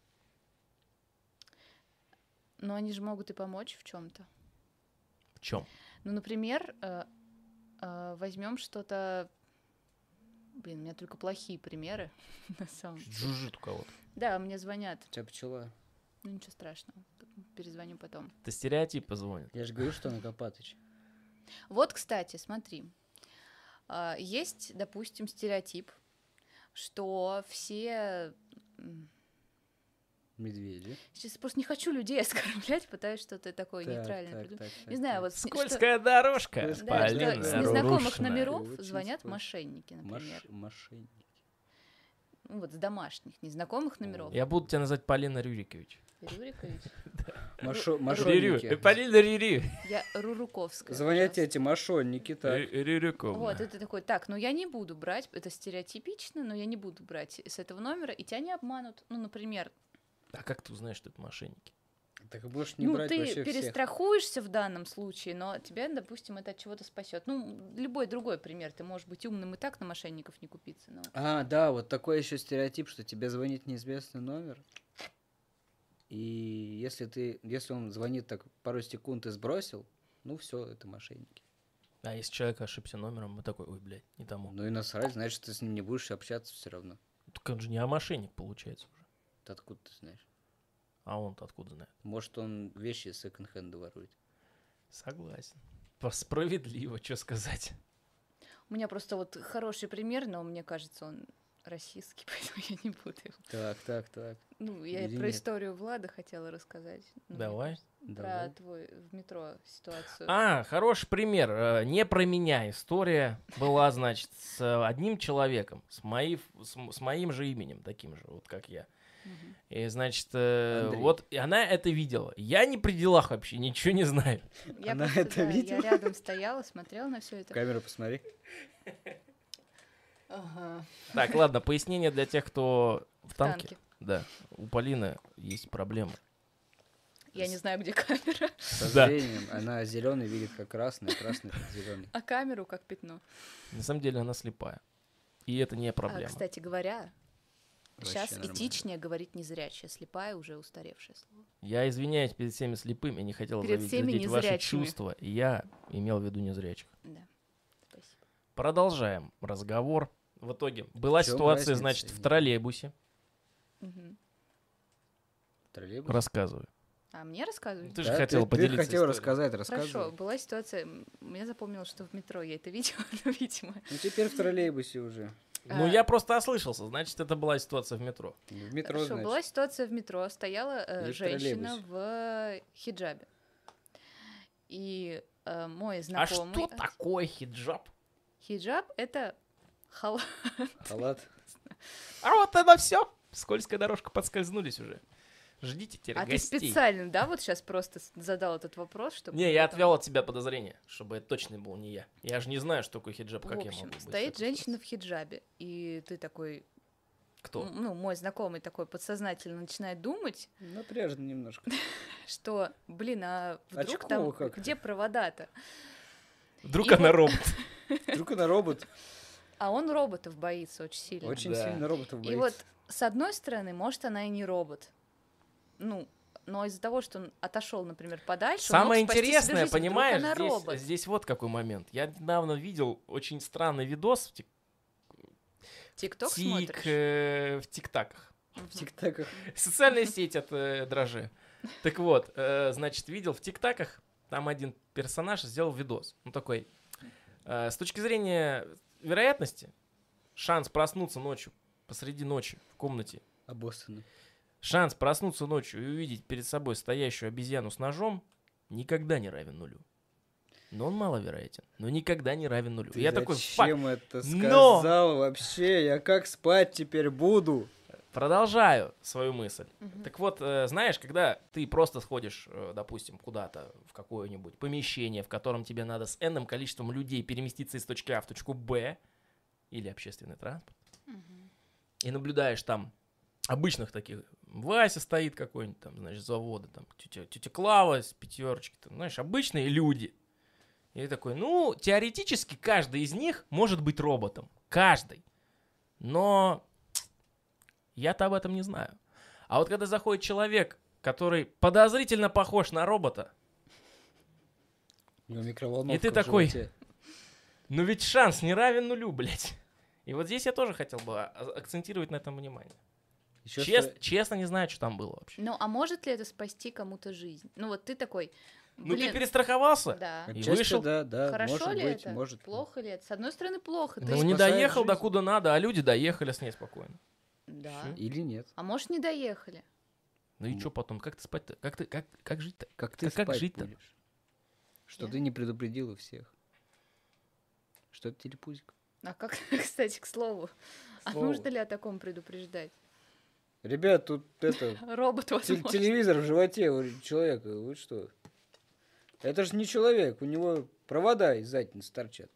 Но они же могут и помочь в чем-то. В чем? Ну, например, возьмем что-то. Блин, у меня только плохие примеры на самом деле. Жужжит у кого-то. Да, мне звонят. У тебя пчела. Ну, ничего страшного. Перезвоню потом. Это стереотипы звонят. Я же говорю, что она Копатыч. Вот, кстати, смотри. Есть, допустим, стереотип, что все... Медведи. Сейчас просто не хочу людей оскорблять, пытаюсь что-то такое Так, нейтральное так, придумать. так, Не так, знаю, так. вот Скользкая дорожка. Да, Да, Полина что с незнакомых Рушина. номеров Очень звонят скользко. мошенники, например. Мошенники. Ну, вот с домашних, незнакомых номеров. Я буду тебя называть Полина Рюрикович. Юрикович. Рюрю. Мошенники. Полина Рюри. Я Руруковская. Звонят пожалуйста. эти мошенники, так. Рюриковна. Вот, это такой, так, ну я не буду брать, это стереотипично, но я не буду брать с этого номера, и тебя не обманут. Ну, например, А как ты узнаешь, что это мошенники? Так можешь не ну, брать ты вообще всех. перестрахуешься в данном случае, но тебя, допустим, это от чего-то спасет. Ну, любой другой пример. Ты можешь быть умным и так на мошенников не купиться. Но... А, да, вот такой еще стереотип, что тебе звонит неизвестный номер. И если он звонит так пару секунд и сбросил, ну все, это мошенники. А если человек ошибся номером, мы такой, ой, блядь, не тому. Ну и насрать, значит, ты с ним не будешь общаться все равно. Так он же не мошенник, получается уже. Ты откуда ты знаешь? А он-то откуда знает? Может, он вещи из секонд-хенда ворует. Согласен. Справедливо, что сказать. У меня просто вот хороший пример, но мне кажется, он российский, поэтому я не буду его. Так. Ну, я Или про нет? историю Влада хотела рассказать. Ну, мне Давай. кажется, Давай. Про твой в метро ситуацию. А, хороший пример. Не про меня история была, значит, с одним человеком, с моим же именем, таким же, вот как я. Мгм. И, значит, Андрей. вот и она это видела. Я не при делах вообще, ничего не знаю. Я Она просто, это да, видела? я рядом стояла, смотрела на все В это. камеру посмотри. Ага. Так, ладно, пояснение для тех, кто в В танке. танке. Да, у Полины есть проблемы. Я не знаю, где камера. Со Да. зрением она зеленый видит как красный, а красный как зеленый. А камеру как пятно. На самом деле она слепая. И это не А, проблема. кстати говоря, Вообще сейчас нормально. этичнее говорить незрячая, слепая уже устаревшее слово. Я извиняюсь перед всеми слепыми, не хотел Перед всеми задеть ваши незрячими. чувства. Я имел в виду незрячих. Да. Спасибо. Продолжаем разговор. В итоге была В чём ситуация, разница? значит, в троллейбусе. Мгм. Троллейбус? Рассказываю. А мне рассказывать? Ты же Да, хотела поделиться Ты хотела историей. рассказать, Хорошо, рассказывай. была ситуация, мне запомнилось, что в метро я это видела, но, видимо. Ну теперь в троллейбусе уже. Ну, А. я просто ослышался, значит, это была ситуация в метро. В метро, Хорошо, значит. была ситуация в метро, стояла Или в женщина троллейбусе. в хиджабе. И мой А знакомый... что такое хиджаб? Хиджаб — это халат. Халат. А вот это все. Скользкая дорожка, подскользнулись уже. Ждите теперь А ты гостей. специально, да, вот сейчас просто задал этот вопрос, чтобы... Не, я потом- отвел от тебя подозрение, чтобы это точно был не я. Я же не знаю, что такое хиджаб, как В я общем, могу быть в стоит такой женщина в ситуации? хиджабе, и ты такой, Кто? ну, мой знакомый такой подсознательно начинает думать, Напряжно немножко. что, блин, а вдруг Очково там, как. где провода-то? Вдруг И она вот- робот. Вдруг она робот. А он роботов боится очень сильно. Очень Да. сильно роботов И боится. вот, с одной стороны, может, она и не робот. Ну, но из-за того, что он отошел, например, подальше, он Самое мог спасти себе интересное, жизнь. Вдруг понимаешь, она здесь, робот. здесь вот какой момент. Я недавно видел очень странный видос в ТикТок смотришь? в тиктаках. Мгм. В тиктаках. Социальная сеть от дрожжи. Так вот, значит, видел в тиктаках, там один персонаж сделал видос. Он такой, с точки зрения вероятности, шанс проснуться ночью, посреди ночи в комнате, Обоссаны. шанс проснуться ночью и увидеть перед собой стоящую обезьяну с ножом никогда не равен нулю. Но он маловероятен, но никогда не равен нулю. Ты Я такой, фак, зачем это Но! сказал вообще? Я как спать теперь буду? продолжаю свою мысль. Мгм. Так вот, знаешь, когда ты просто сходишь, допустим, куда-то в какое-нибудь помещение, в котором тебе надо с энным количеством людей переместиться из точки А в точку Б, или общественный транспорт, Мгм. и наблюдаешь там обычных таких, Вася стоит какой-нибудь там, значит, завода, там, тетя Клава с пятерочки, там, знаешь, обычные люди. И ты такой, ну, теоретически каждый из них может быть роботом. Каждый. Но я-то об этом не знаю. А вот когда заходит человек, который подозрительно похож на робота, У него микроволновка И ты в такой, животе. ну ведь шанс не равен нулю, блядь. И вот здесь я тоже хотел бы акцентировать на этом внимание. Ещё Честно не знаю, что там было вообще. Ну, а может ли это спасти кому-то жизнь? Ну, вот ты такой, Ну ты блин, перестраховался? да. И Отчасти вышел. Да, да, Хорошо может ли быть, это? может. Плохо ли это? С одной стороны, плохо. Ну Ты не спасает доехал жизнь. докуда надо, а люди доехали с ней спокойно. Да. Всё. Или нет. А может, не доехали? Ну и Ну. что потом? Как ты спать-то? Как жить-то? Как ты Как спать жить-то? будешь? Что Я? ты не предупредила всех. Что это телепузик? А как, кстати, к слову, а Слово. нужно ли о таком предупреждать? Ребят, тут это... Робот, возможно. Телевизор в животе у человека. Вы что? Это же не человек. У него провода из задницы торчат.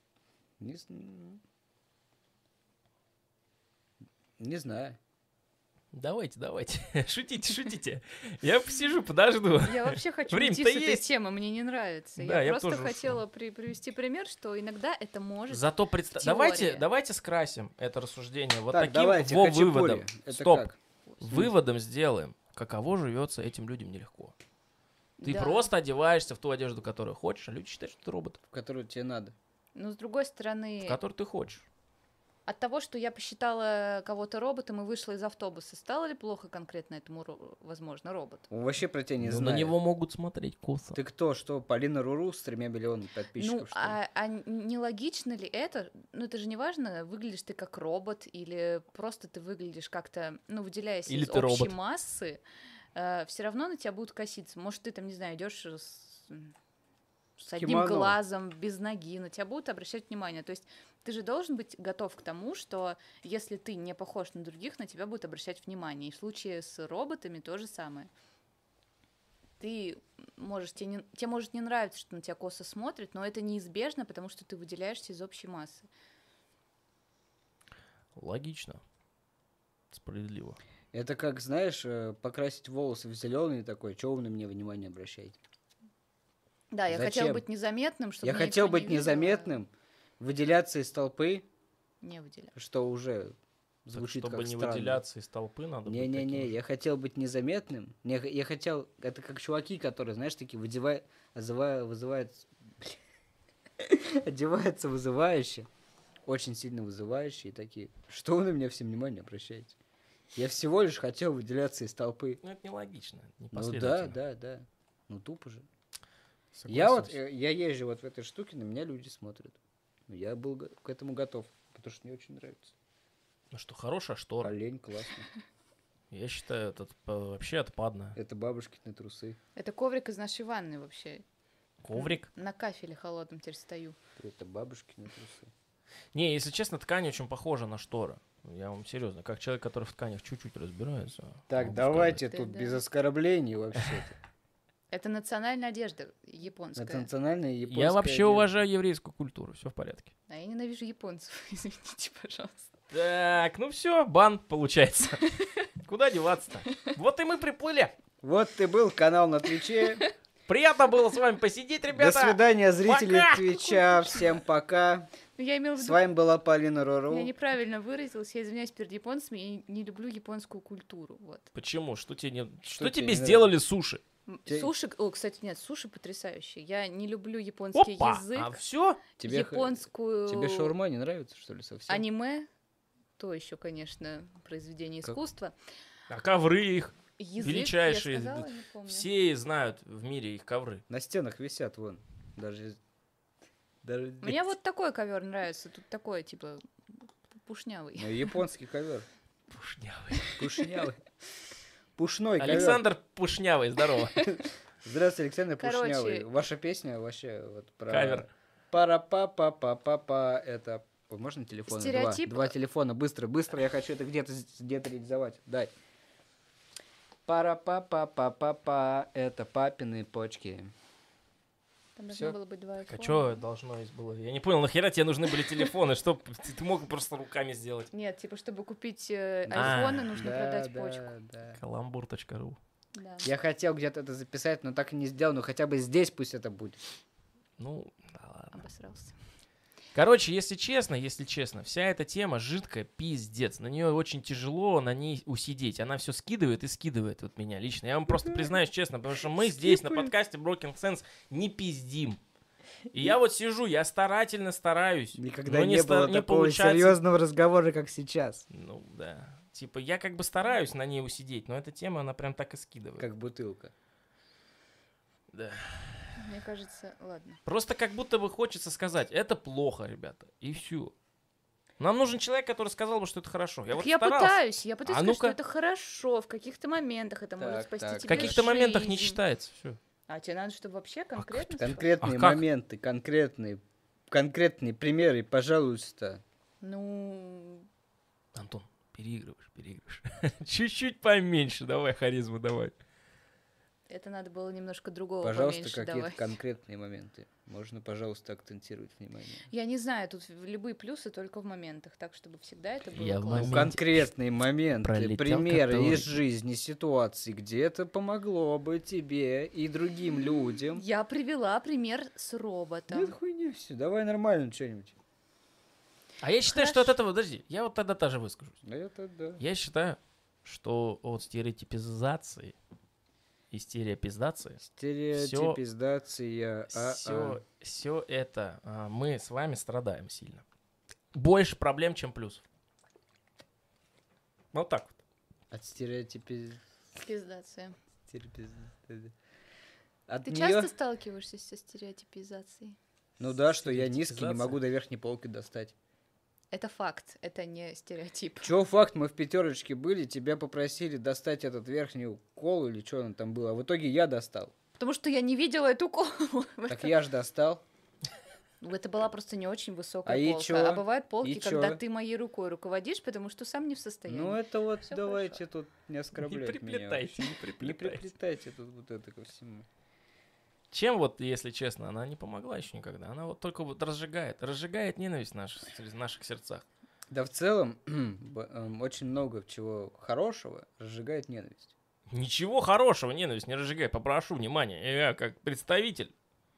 Не знаю. Давайте. Шутите. Я посижу, подожду. Я вообще хочу Время-то уйти с этой есть. темы, мне не нравится. Да, я Я просто тоже хотела привести пример, что иногда это может... Зато Теория. давайте скрасим это рассуждение вот Так, таким давайте, выводом. хачапури. Это Стоп. как? Выводом сделаем, каково живется этим людям нелегко. Ты Да. просто одеваешься в ту одежду, которую хочешь, а люди считают, что ты робот, В которую тебе надо. Но с другой стороны, в которую ты хочешь. от того, что я посчитала кого-то роботом и вышла из автобуса, стало ли плохо конкретно этому, возможно, роботу? Он вообще про тебя не Но на знает. него могут смотреть косо. Ты кто? Что, Полина Руру с 3 миллионами подписчиков? Ну, что ли? а нелогично ли это? Ну, это же не важно, выглядишь ты как робот или просто ты выглядишь как-то, ну, выделяясь Или из ты общей робот. массы, все равно на тебя будут коситься. Может, ты там, не знаю, идешь с с одним Кимоно. глазом, без ноги, на тебя будут обращать внимание. То есть ты же должен быть готов к тому, что если ты не похож на других, на тебя будут обращать внимание. И в случае с роботами то же самое. Ты можешь, тебе может не нравиться, что на тебя косо смотрят, но это неизбежно, потому что ты выделяешься из общей массы. Логично. Справедливо. Это как, знаешь, покрасить волосы в зеленый такой, чего вы на меня внимание обращаете? Да, я Зачем? хотела быть незаметным, чтобы Я меня хотел никто не быть видел, незаметным, выделяться из толпы, не выделяю. что уже Так, звучит чтобы как не странно. выделяться из толпы, надо быть Не-не-не, таким же. я хотел быть незаметным. Я хотел... Это как чуваки, которые, знаешь, такие вызывают... Одеваются вызывающе. Очень сильно вызывающие. Такие, что вы на меня все внимание обращаете? Я всего лишь хотел выделяться из толпы. Ну, это нелогично, Ну да, непоследовательно. да. Ну тупо же. Согласен. Я езжу вот в этой штуке, на меня люди смотрят. Ну, я был к этому готов, потому что мне очень нравится. Ну что, хорошая штора. Олень, классно. Я считаю, это вообще отпадно. Это бабушкины трусы. Это коврик из нашей ванны вообще. Коврик. На кафеле холодном теперь стою. Это бабушкины трусы. Не, если честно, ткань очень похожа на шторы. Я вам серьезно, как человек, который в тканях чуть-чуть разбирается. Так, могу давайте сказать. тут Да. без оскорблений вообще-то. Это национальная одежда японская. Это национальная японская Я вообще одежда. уважаю еврейскую культуру, все в порядке. А я ненавижу японцев, извините, пожалуйста. Так, ну все, бан получается. Куда деваться-то? Вот и мы приплыли. Вот ты был, канал на Твиче. Приятно было с вами посидеть, До ребята. свидания, зрители Пока! Твича. Всем пока. Ну, я имела в С виду, вами была Полина Рору. я неправильно выразилась, я извиняюсь перед японцами, я не люблю японскую культуру, вот. Почему? Что тебе, Что тебе тебе не сделали суши? Суши, кстати, нет, суши потрясающие. Я не люблю японский Опа, язык, а все? японскую... Тебе шаурма не нравится, что ли, совсем? Аниме, то еще, конечно, произведение Как? искусства. А ковры их? Язык, Величайшие, я сказала, не помню. Все знают в мире их ковры. На стенах висят, вон. Даже Мне вот такой ковер нравится, тут такой, типа, пушнявый. Ну, японский ковер. Пушнявый. Пушнявый. Пушной ковер. Александр Пушнявый, здорово. Здравствуйте, Александр Короче, Пушнявый. Ваша песня вообще вот про... Кавер. Пара-па-па-па-па-па. Это... Ой, можно телефон? Стереотип. Два телефона. Быстро, быстро. Я хочу это где-то реализовать. Дай. Пара-па-па-па-па-па. Это папины почки. Там Всё. должно было быть два А айфона. что должно было? Я не понял, нахера тебе нужны были телефоны? Что ты мог просто руками сделать? Нет, типа, чтобы купить А, айфоны, нужно Да, продать да, почку. да. Каламбур.ру. Да. Я хотел где-то это записать, но так и не сделал. Но хотя бы здесь пусть это будет. Ну, да ладно. Обосрался. Короче, если честно, вся эта тема жидкая, пиздец. На нее очень тяжело на ней усидеть. Она все скидывает и скидывает вот меня лично. Я вам просто признаюсь честно, потому что мы здесь на подкасте Broken Sense не пиздим. И я вот сижу, я старательно стараюсь. Никогда но не было не такого получается. серьезного разговора, как сейчас. Ну да. Типа я как бы стараюсь на ней усидеть, но эта тема, она прям так и скидывает. Как бутылка. Да. Мне кажется, ладно. Просто как будто бы хочется сказать, это плохо, ребята, и все. Нам нужен человек, который сказал бы, что это хорошо. Я Так вот я старался. пытаюсь А сказать, ну-ка. что это хорошо, в каких-то моментах это может Так, спасти так. В тебе каких-то моментах не жизнь. считается. Все. А тебе надо, чтобы вообще конкретно... Конкретные А как? моменты, конкретные примеры, пожалуйста. Ну, Антон, переигрываешь. Чуть-чуть поменьше, давай харизму, давай. это надо было немножко другого Пожалуйста, поменьше какие-то давать. конкретные моменты. Можно, пожалуйста, акцентировать внимание. Я не знаю, тут любые плюсы только в моментах, так, чтобы всегда это было Я в классно. Ну, моменте конкретные моменты, пролетел примеры который. из жизни, ситуации, где это помогло бы тебе и другим людям. Я привела пример с роботом. Нет, хуйня все. Давай нормально что-нибудь. А я считаю, что от этого, подожди, я вот тогда тоже выскажусь. Да это да. Я считаю, что от стереотипизации и стереопиздации Стереотипизация. все это мы с вами страдаем сильно. Больше проблем, чем плюсов. Вот так вот. От стереотипизации. Пиздация. От Ты неё- часто сталкиваешься со стереотипизацией? Ну да, что я низкий, не Стереотипизация? могу до верхней полки достать. Это факт, это не стереотип. Чё факт, мы в пятерочке были, тебя попросили достать этот верхнюю колу или что он там было, а в итоге я достал. Потому что я не видела эту колу. Так я ж достал. Это была просто не очень высокая А и полка. чё? А бывают полки, И когда чё? ты моей рукой руководишь, потому что сам не в состоянии. Ну это вот Всё давайте тут не Не оскорблять меня. приплетайте, не Не приплетайте. приплетайте тут вот это ко всему. Чем вот, если честно, она не помогла еще никогда. Она вот только вот разжигает ненависть в наших сердцах. Да в целом очень много чего хорошего разжигает ненависть. Ничего хорошего ненависть не разжигай, попрошу внимания. Я как представитель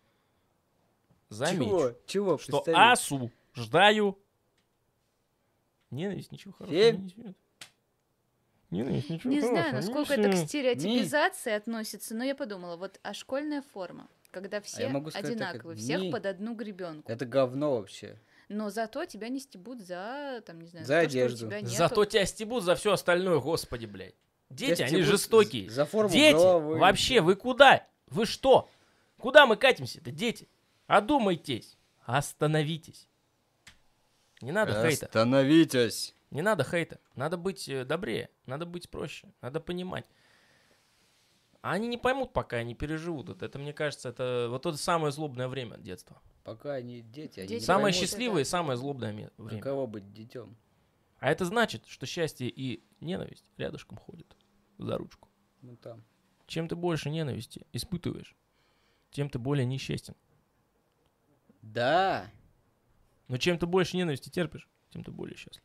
замечу, Чего? что Представитель? осуждаю. Ненависть ничего хорошего Семь. не несет. Ненависть ничего Не хорошего знаю, не насколько это к несет. стереотипизации относится, но я подумала, вот, а школьная форма, когда все могу сказать так, одинаковые, это всех не- под одну гребенку, Это говно вообще. но зато тебя не стебут за, там, не знаю, За то, что у одежду. тебя нету. Зато тебя стебут за все остальное, господи, блядь. Дети, Тебя они стебут жестокие. За форму Дети, головы. вообще, вы куда? Вы что? Куда мы катимся-то, дети? Одумайтесь, остановитесь. Не надо хейта. Остановитесь. Не надо хейта. Надо быть добрее, надо быть проще, надо понимать. А они не поймут, пока они переживут это. Это, мне кажется, это вот это самое злобное время детства. Пока они дети, они Дети не Самое поймут, поймут, счастливое и да. самое злобное время. каково быть детем. А это значит, что счастье и ненависть рядышком ходят за ручку. Ну там. Чем ты больше ненависти испытываешь, тем ты более несчастен. Да. Но чем ты больше ненависти терпишь, тем ты более счастлив.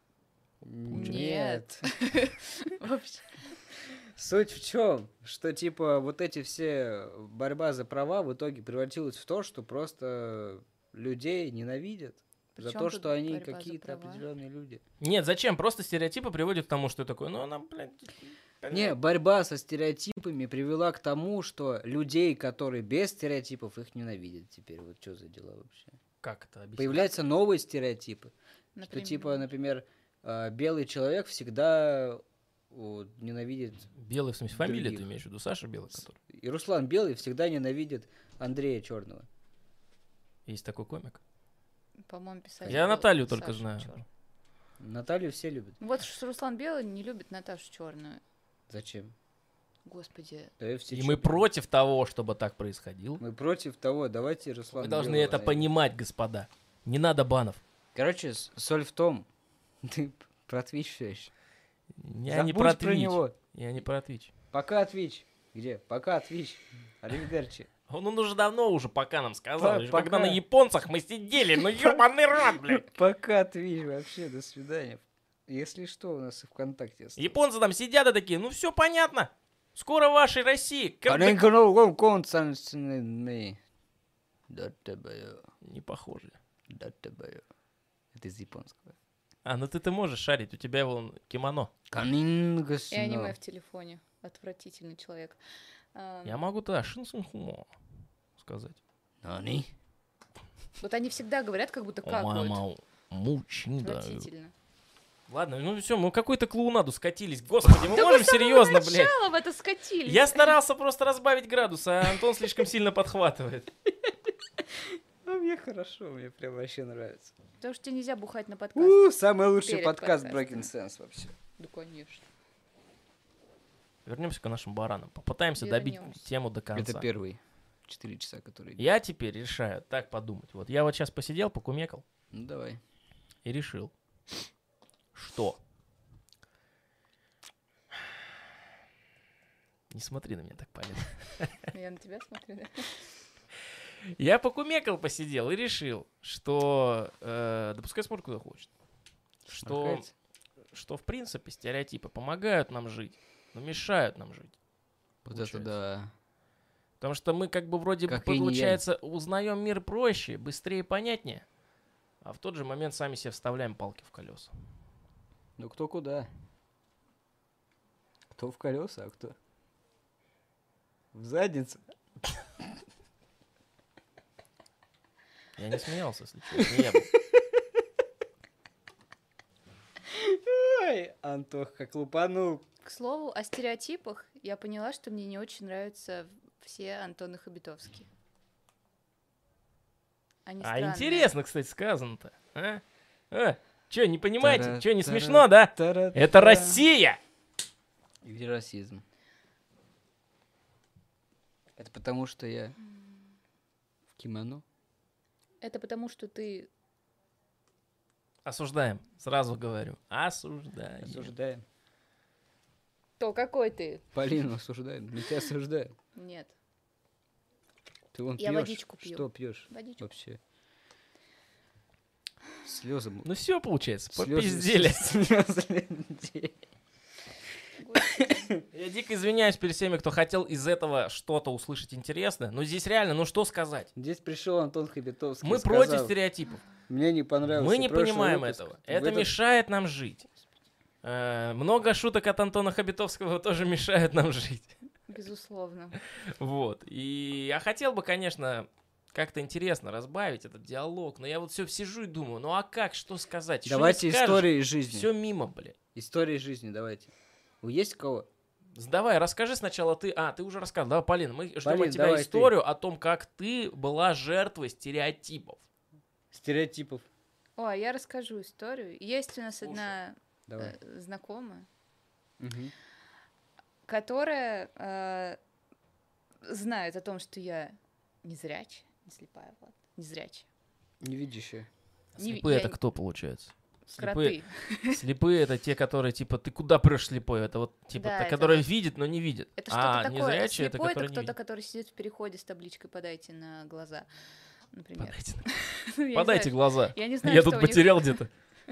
Нет. Вообще. Суть в чем? Что типа вот эти все борьба за права в итоге превратилась в то, что просто людей ненавидят за Причём то, тут что они борьба за какие-то права? определенные люди. Нет, зачем? Просто стереотипы приводят к тому, что такое. Ну, она, блядь... Не, борьба со стереотипами привела к тому, что людей, которые без стереотипов, их ненавидят теперь. Вот что за дела вообще? Как это объяснить? Появляются новые стереотипы. Что Например. типа, например, белый человек всегда ненавидит... Белый, в смысле, фамилия Других. ты имеешь в виду? Саша Белый, который? И Руслан Белый всегда ненавидит Андрея Черного. Есть такой комик. По-моему, писали. Я был Наталью только Саша знаю. Чёрный. Наталью все любят. Вот Руслан Белый не любит Наташу Черную. Зачем? Господи. Да и все И мы против того, чтобы так происходило. Мы против того, давайте Руслан Вы должны Белого это найдем. понимать, господа. Не надо банов. Короче, соль в том, ты про Twitch всё ещё. Я не Забудь про про Twitch. него. Я не про Twitch. Пока Twitch. Где? Пока Twitch. Аривидерчи. Он уже давно уже пока нам сказал. Еще Пока. когда на японцах мы сидели, ну ебаный рот, блядь. Пока Twitch вообще, до свидания. Если что, у нас и ВКонтакте осталось. Японцы там сидят и такие, ну все понятно. Скоро в вашей России. Не похоже. Это из японского. А, ну ты можешь шарить, у тебя вон кимоно. И аниме в телефоне. Отвратительный человек. Я могу-то шинсунхумо сказать. Нани? Вот они всегда говорят, как будто какают. О-мама, мучинда. Отвратительно. Ладно, ну все, мы какую-то клоунаду скатились. Господи, мы можем серьезно, блядь. Сначала в это скатились. Я старался просто разбавить градус, а Антон слишком сильно подхватывает. Ну, мне хорошо, мне прям вообще нравится. Потому что тебе нельзя бухать на подкаст. Самый лучший Перед подкаст подкастом. Breaking Sense вообще. Да, конечно. Вернемся к нашим баранам. Попытаемся добить Вернёмся. тему до конца. Это первые 4 часа, которые... Я теперь решаю так подумать. Вот я вот сейчас посидел, покумекал Ну, давай. и решил, что... Не смотри на меня так, Полина. Я на тебя смотрю, да? Я покумекал, посидел и решил, что... да пускай смотрит куда хочет. Сморкается. Что, в принципе, стереотипы помогают нам жить, но мешают нам жить. Вот это получается. да. Потому что мы как бы вроде бы, Как инь-янь. получается, узнаем мир проще, быстрее, понятнее, а в тот же момент сами себе вставляем палки в колеса. Ну, кто куда? Кто в колеса, а кто в задницу. Я не смеялся, если честно, не я был. Ой, Антох, как лупанул. К слову, о стереотипах я поняла, что мне не очень нравятся все Антоны Хабитовские. Они А странные. интересно, кстати, сказано-то. А? Че, не понимаете? Тара- Че, не тара- смешно, да? тара- Это тара. Россия! И где расизм? Это потому, что я в кимоно. Это потому, что ты... Осуждаем, сразу говорю. Осуждаем. Осуждаем. То какой ты? Полину осуждаем. Мы тебя осуждаем. Нет. Ты вон Я пьёшь. водичку пью. Что пьешь Водичку. вообще? Слезы. Ну все получается, Слезы- попиздели. слезы людей. Я дико извиняюсь перед всеми, кто хотел из этого что-то услышать интересное. Но здесь реально, ну что сказать? Здесь пришел Антон Хабитовский. Мы и сказал, против стереотипов. Мне не понравился Мы не прошлый понимаем выпуск. этого. В Это этот- мешает нам жить. Много шуток от Антона Хабитовского тоже мешают нам жить. Безусловно. Вот. И я хотел бы, конечно, как-то интересно разбавить этот диалог, но я вот все сижу и думаю, ну а как, что сказать? Давайте истории из жизни. Все мимо, блин. Истории из жизни давайте. Вы есть у кого? Давай, расскажи сначала ты. Ты уже рассказал. Давай, Полина, мы ждем Полин, от тебя давай ты. историю о том, как ты была жертвой стереотипов. Стереотипов. О, а я расскажу историю. Есть у нас Слушай. одна Давай. знакомая, Мгм. которая знает о том, что я незрячая, не слепая, ладно, незрячая. Невидящие. Не- Слепые я- это кто получается? Кроты. Слепые это те, которые типа ты куда прешь слепой? Это вот типа Да, те, это которые вот- видят, но не видят. Это что-то такое. Незрячие это Слепой это которые не кто-то, видят. который сидит в переходе с табличкой «Подайте на глаза», например. Подайте, Ну, я не подайте знаю. глаза. Я не знаю, Я что тут у них- потерял где-то.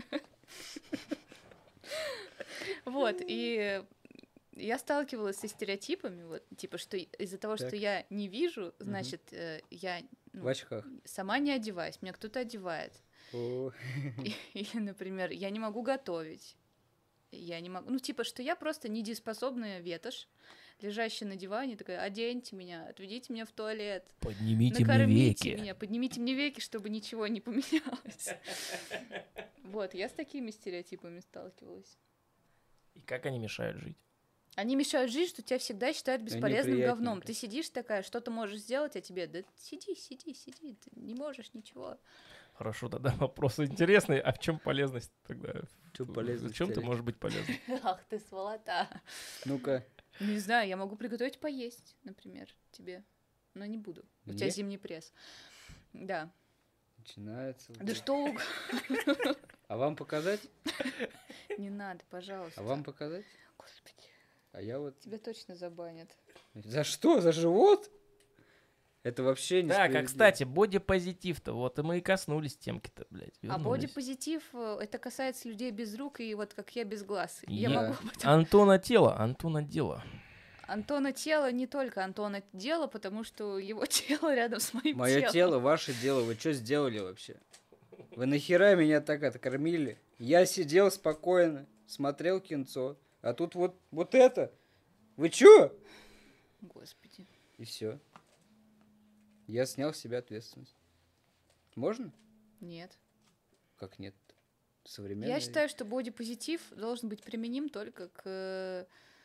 Вот, и я сталкивалась со стереотипами, вот, типа, что из-за того, что Так. я не вижу, значит, я В очках. сама не одеваюсь, меня кто-то одевает. О, Или, например, я не могу готовить. Я не могу... Ну, типа, что я просто недееспособная ветошь, лежащая на диване, такая: оденьте меня, отведите меня в туалет, Поднимите мне накормите веки. меня, поднимите мне веки, чтобы ничего не поменялось. Вот, я с такими стереотипами сталкивалась. И как они мешают жить? Они мешают жить, что тебя всегда считают бесполезным приятненько. говном. Ты сидишь такая, что ты можешь сделать, а тебе: да сиди, ты не можешь ничего. Хорошо, тогда вопрос интересный. А в чем полезность тогда? Чё полезность В чем ты стереотипа? можешь быть полезным? Ах ты сволота. ну-ка. Не знаю, я могу приготовить поесть, например, тебе. Но не буду. У тебя Мне? зимний пресс. Да. Начинается. Да что угодно. А вам показать? Не надо, пожалуйста. А вам показать? Господи, А я вот... тебя точно забанят. За что? За живот? Это вообще не Так, а кстати, бодипозитив-то, вот и мы и коснулись темки-то, блядь. А вернулись. бодипозитив, это касается людей без рук и вот как я без глаз. Я Я- могу об этом. Антона тело, Антона дело. Антона тело не только Антона дело, потому что его тело рядом с моим Мое телом. тело, ваше дело. Вы что сделали вообще? Вы нахера меня так откормили? Я сидел спокойно, смотрел кинцо. А тут вот это. Вы чё? Господи. И все. Я снял с себя ответственность. Можно? Нет. Как нет? Современная... Я считаю, что бодипозитив должен быть применим только к...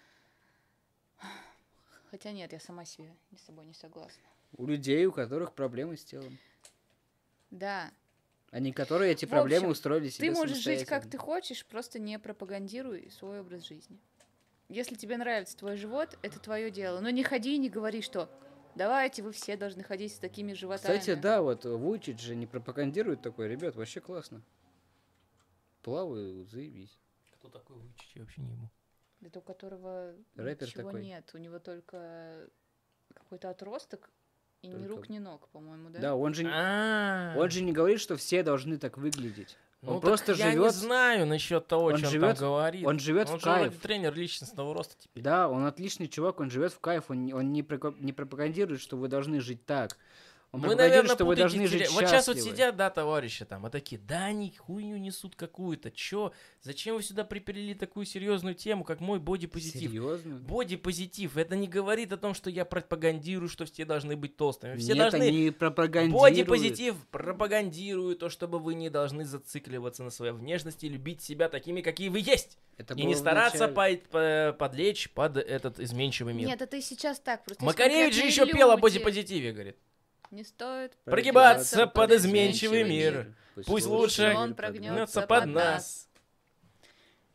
Хотя нет, я сама себе с собой не согласна. У людей, у которых проблемы с телом. Да. А не которые эти В проблемы общем, устроили себе Ты можешь жить как самостоятельно. ты хочешь, просто не пропагандируй свой образ жизни. Если тебе нравится твой живот, это твое дело. Но не ходи и не говори, что давайте вы все должны ходить с такими животами. Кстати, да, вот Вуйчич же не пропагандирует такой. Ребят, вообще классно. Плаваю, заебись. Кто такой Вуйчич, я вообще не ему. Это у которого Рэпер ничего такой. нет. У него только какой-то отросток и ни Только- рук, ни ног, по-моему, да? Да, он же не говорит, что все должны так выглядеть. Ну, Он просто так я не живет. знаю насчет того, Он что он живет- там говорит. Он живет Он в же вроде кайф. тренер личностного роста теперь. Да, он отличный чувак, он живет в кайф, он не пропагандирует, что вы должны жить так. Он Мы, пропагандирует, наверное, что вы путаете должны жить Вот сейчас вот счастливо. сидят, да, товарищи там, а такие: да, они хуйню несут какую-то. Чё? Зачем вы сюда припилили такую серьезную тему, как мой бодипозитив? Серьезно? Бодипозитив. Это не говорит о том, что я пропагандирую, что все должны быть толстыми. Все Нет, должны... они пропагандируют. Бодипозитив пропагандирует то, чтобы вы не должны зацикливаться на своей внешности, любить себя такими, какие вы есть. Это И было не в стараться начале. подлечь под этот изменчивый мир. Нет, это и сейчас так. Просто есть Макаревич же конкретные еще пел о люди. бодипозитиве, говорит. Не стоит Прогибаться под изменчивый мир. Пусть лучше он прогнется гнется под под нас. нас.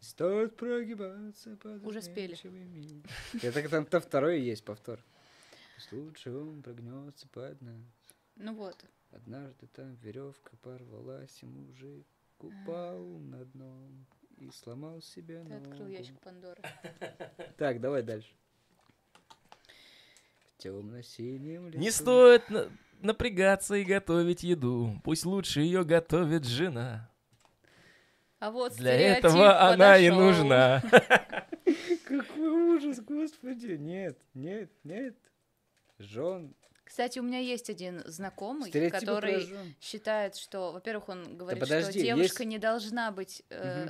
Стоит прогибаться под Уже спели. изменчивый мир. Это там-то второй есть повтор. Пусть лучше он прогнется под нас. Ну вот. Однажды там веревка порвалась, и мужик упал на дно и сломал себе Ты открыл ногу. ящик Пандоры. Так, давай дальше. В темно-синем лесу. Не стоит напрягаться и готовить еду. Пусть лучше ее готовит жена. А вот Для стереотип этого она и подошёл. нужна. Какой ужас, господи. Нет, нет, нет. Жен. Кстати, у меня есть один знакомый, Стереотипы про который жен. считает, что, во-первых, он говорит, подожди, что девушка есть- не должна быть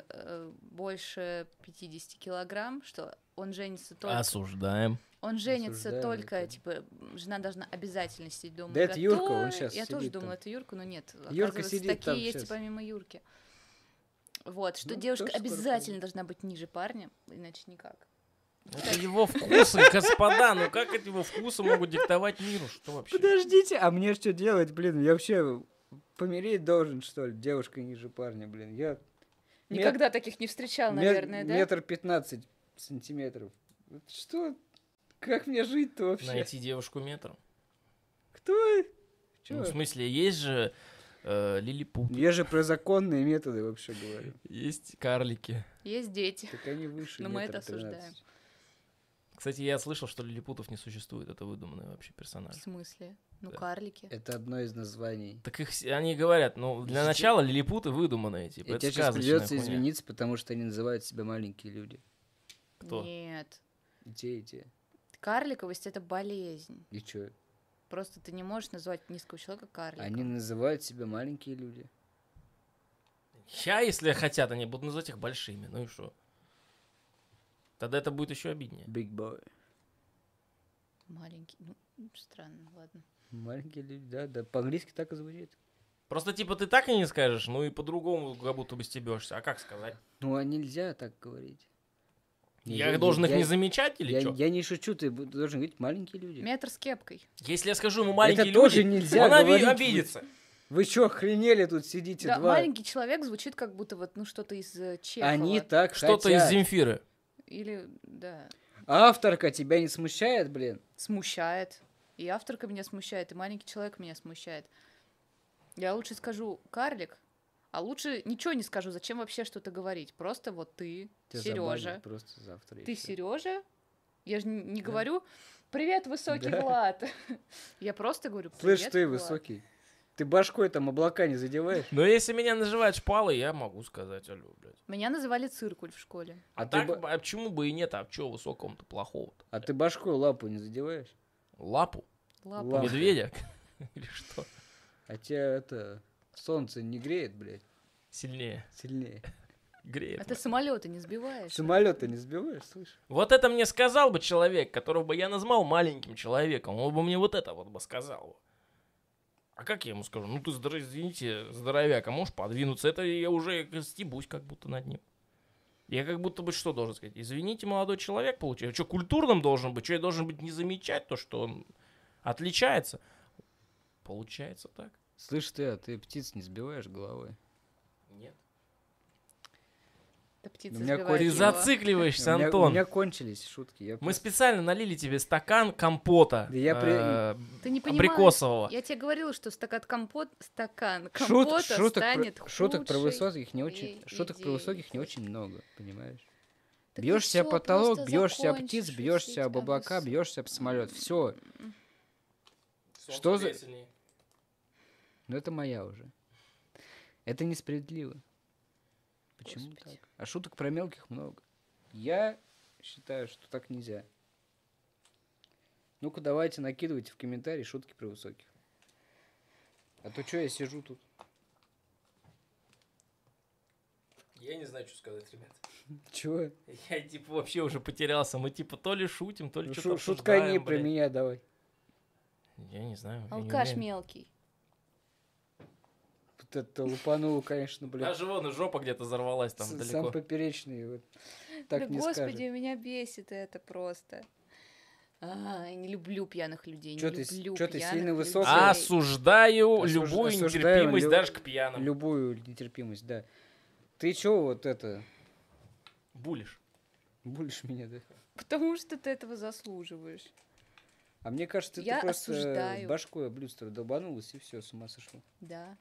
больше 50 килограмм, что он женится только... Осуждаем. Он женится Осуждаем только, это. типа, жена должна обязательно сидеть дома. Да и это Юрка, он готовить. щас Я тоже сидит думала, там. это Юрка, но нет. Юрка Оказывается, сидит там такие есть и щас. помимо Юрки. Вот, что Ну, девушка тоже скоро обязательно пойдет. должна быть ниже парня, иначе никак. Это его вкусы, господа. Ну как эти его вкусы могут диктовать миру? Что вообще? Подождите, а мне что делать, блин? Я вообще помереть должен, что ли? Девушка ниже парня, блин. Я Никогда таких не встречал, наверное, да? метр 15 сантиметров. Вот что? Как мне жить-то вообще? Найти девушку метром. Кто? Ну, Чё? в смысле, есть же лилипут, Я же про законные методы вообще говорю. есть карлики. Есть дети. Так они выше Но мы метра это осуждаем. 13. Кстати, я слышал, что лилипутов не существует. Это выдуманный вообще В персонаж. смысле? Ну, Да. карлики. Это одно из названий. Так они говорят, ну, для начала лилипуты выдуманные, типа, И это тебе сейчас сказочная придется хуйня. извиниться, потому что они называют себя маленькие люди. Кто? Нет. И те. Карликовость — это болезнь. И чё? Просто ты не можешь назвать низкого человека карликом. Они называют себя маленькие люди. Ща, если хотят, они будут называть их большими. Ну и что? Тогда это будет еще обиднее. Big boy. Маленький. Ну, странно, ладно. Маленькие люди, да, да. По-английски так и звучит. Просто, типа, ты так и не скажешь, ну и по-другому как будто бы стебешься. А как сказать? Ну, а нельзя так говорить. Я должен их не замечать или я, что? я не шучу, ты должен говорить маленькие люди. Метр с кепкой. Если я скажу ему маленькие Это люди, тоже нельзя он говорить. обидится. Вы чё, охренели тут сидите Да, два? маленький человек звучит как будто вот, ну, что-то из Чехова. Они так Что-то из хотят. Земфиры. Или, да, Авторка тебя не смущает, блин? смущает. И авторка меня смущает, и маленький человек меня смущает. Я лучше скажу карлик, а лучше ничего не скажу. Зачем вообще что-то говорить? Просто вот ты, Тебя Сережа. забанят просто завтра. и Ты всё. Сережа? Я же не Да. говорю «Привет, высокий Да. Влад». Я просто говорю Слышь, «Привет, ты Влад». высокий. Ты башкой там облака не задеваешь? Но если меня называют шпалой, я могу сказать, алло, блядь. Меня называли циркуль в школе. А, Так, ты, а почему бы и нет, а чего высокого-то плохого-то? а ты башкой лапу не задеваешь? Лапу? Лапа. Лапу. Медведя? Или что? А тебя это солнце не греет, блядь, Сильнее. сильнее. Греет. А ты самолеты не сбиваешь? Самолета не сбиваешь, слышишь? Вот это мне сказал бы человек, которого бы я назвал маленьким человеком. Он бы мне вот это вот бы сказал. А как я ему скажу? Ну ты, извините, здоровяк, а можешь подвинуться? Это я уже стебусь как будто над ним. Я как будто бы что должен сказать? Извините, молодой человек, получается. Что, культурным должен быть? Что, я должен быть не замечать то, что он отличается? Получается так? Слышь ты, а ты птиц не сбиваешь головой? Нет. Да птица У меня сбивает кот- Ты его. зацикливаешься, У меня- Антон. У меня кончились шутки. Я Мы просто- специально налили тебе стакан компота Да я Ты не понимаешь. абрикосового. Я тебе говорила, что стакан компота станет шуток про худшей высоких не очень, твоей шуток про идеей. высоких не очень много, понимаешь? Так Бьешься ты об всё, потолок, просто бьешься об птиц, закончишь бьешься шутить об об облака, высоких. бьешься об самолет. Все. Что за- Но это моя уже. Это несправедливо. Почему Господи. так? А шуток про мелких много. Я считаю, что так нельзя. Ну-ка, давайте накидывайте в комментарии шутки про высоких. А то что я сижу тут? Я не знаю, что сказать, ребят. Чего? Я типа вообще уже потерялся. Мы типа то ли шутим, то ли Ну, что-то шуткани обсуждаем, про блядь. меня давай. Я не знаю. я не Алкаш умею. мелкий. Вот это лупануло, конечно, блядь. Даже вон жопа где-то взорвалась там Сам далеко. поперечный, вот так Да не господи, скажешь. меня бесит это просто. Я не люблю пьяных людей. Чё не ты- люблю чё ты пьяных сильно людей. высокая? Осуждаю любую осуждаю нетерпимость даже к пьяным. Любую нетерпимость, да. Ты чё вот это, Булишь. булишь меня, да? Потому что ты этого заслуживаешь. А мне кажется, Я ты просто осуждаю. башкой об люстру долбанулась, и все, с ума сошла. Да.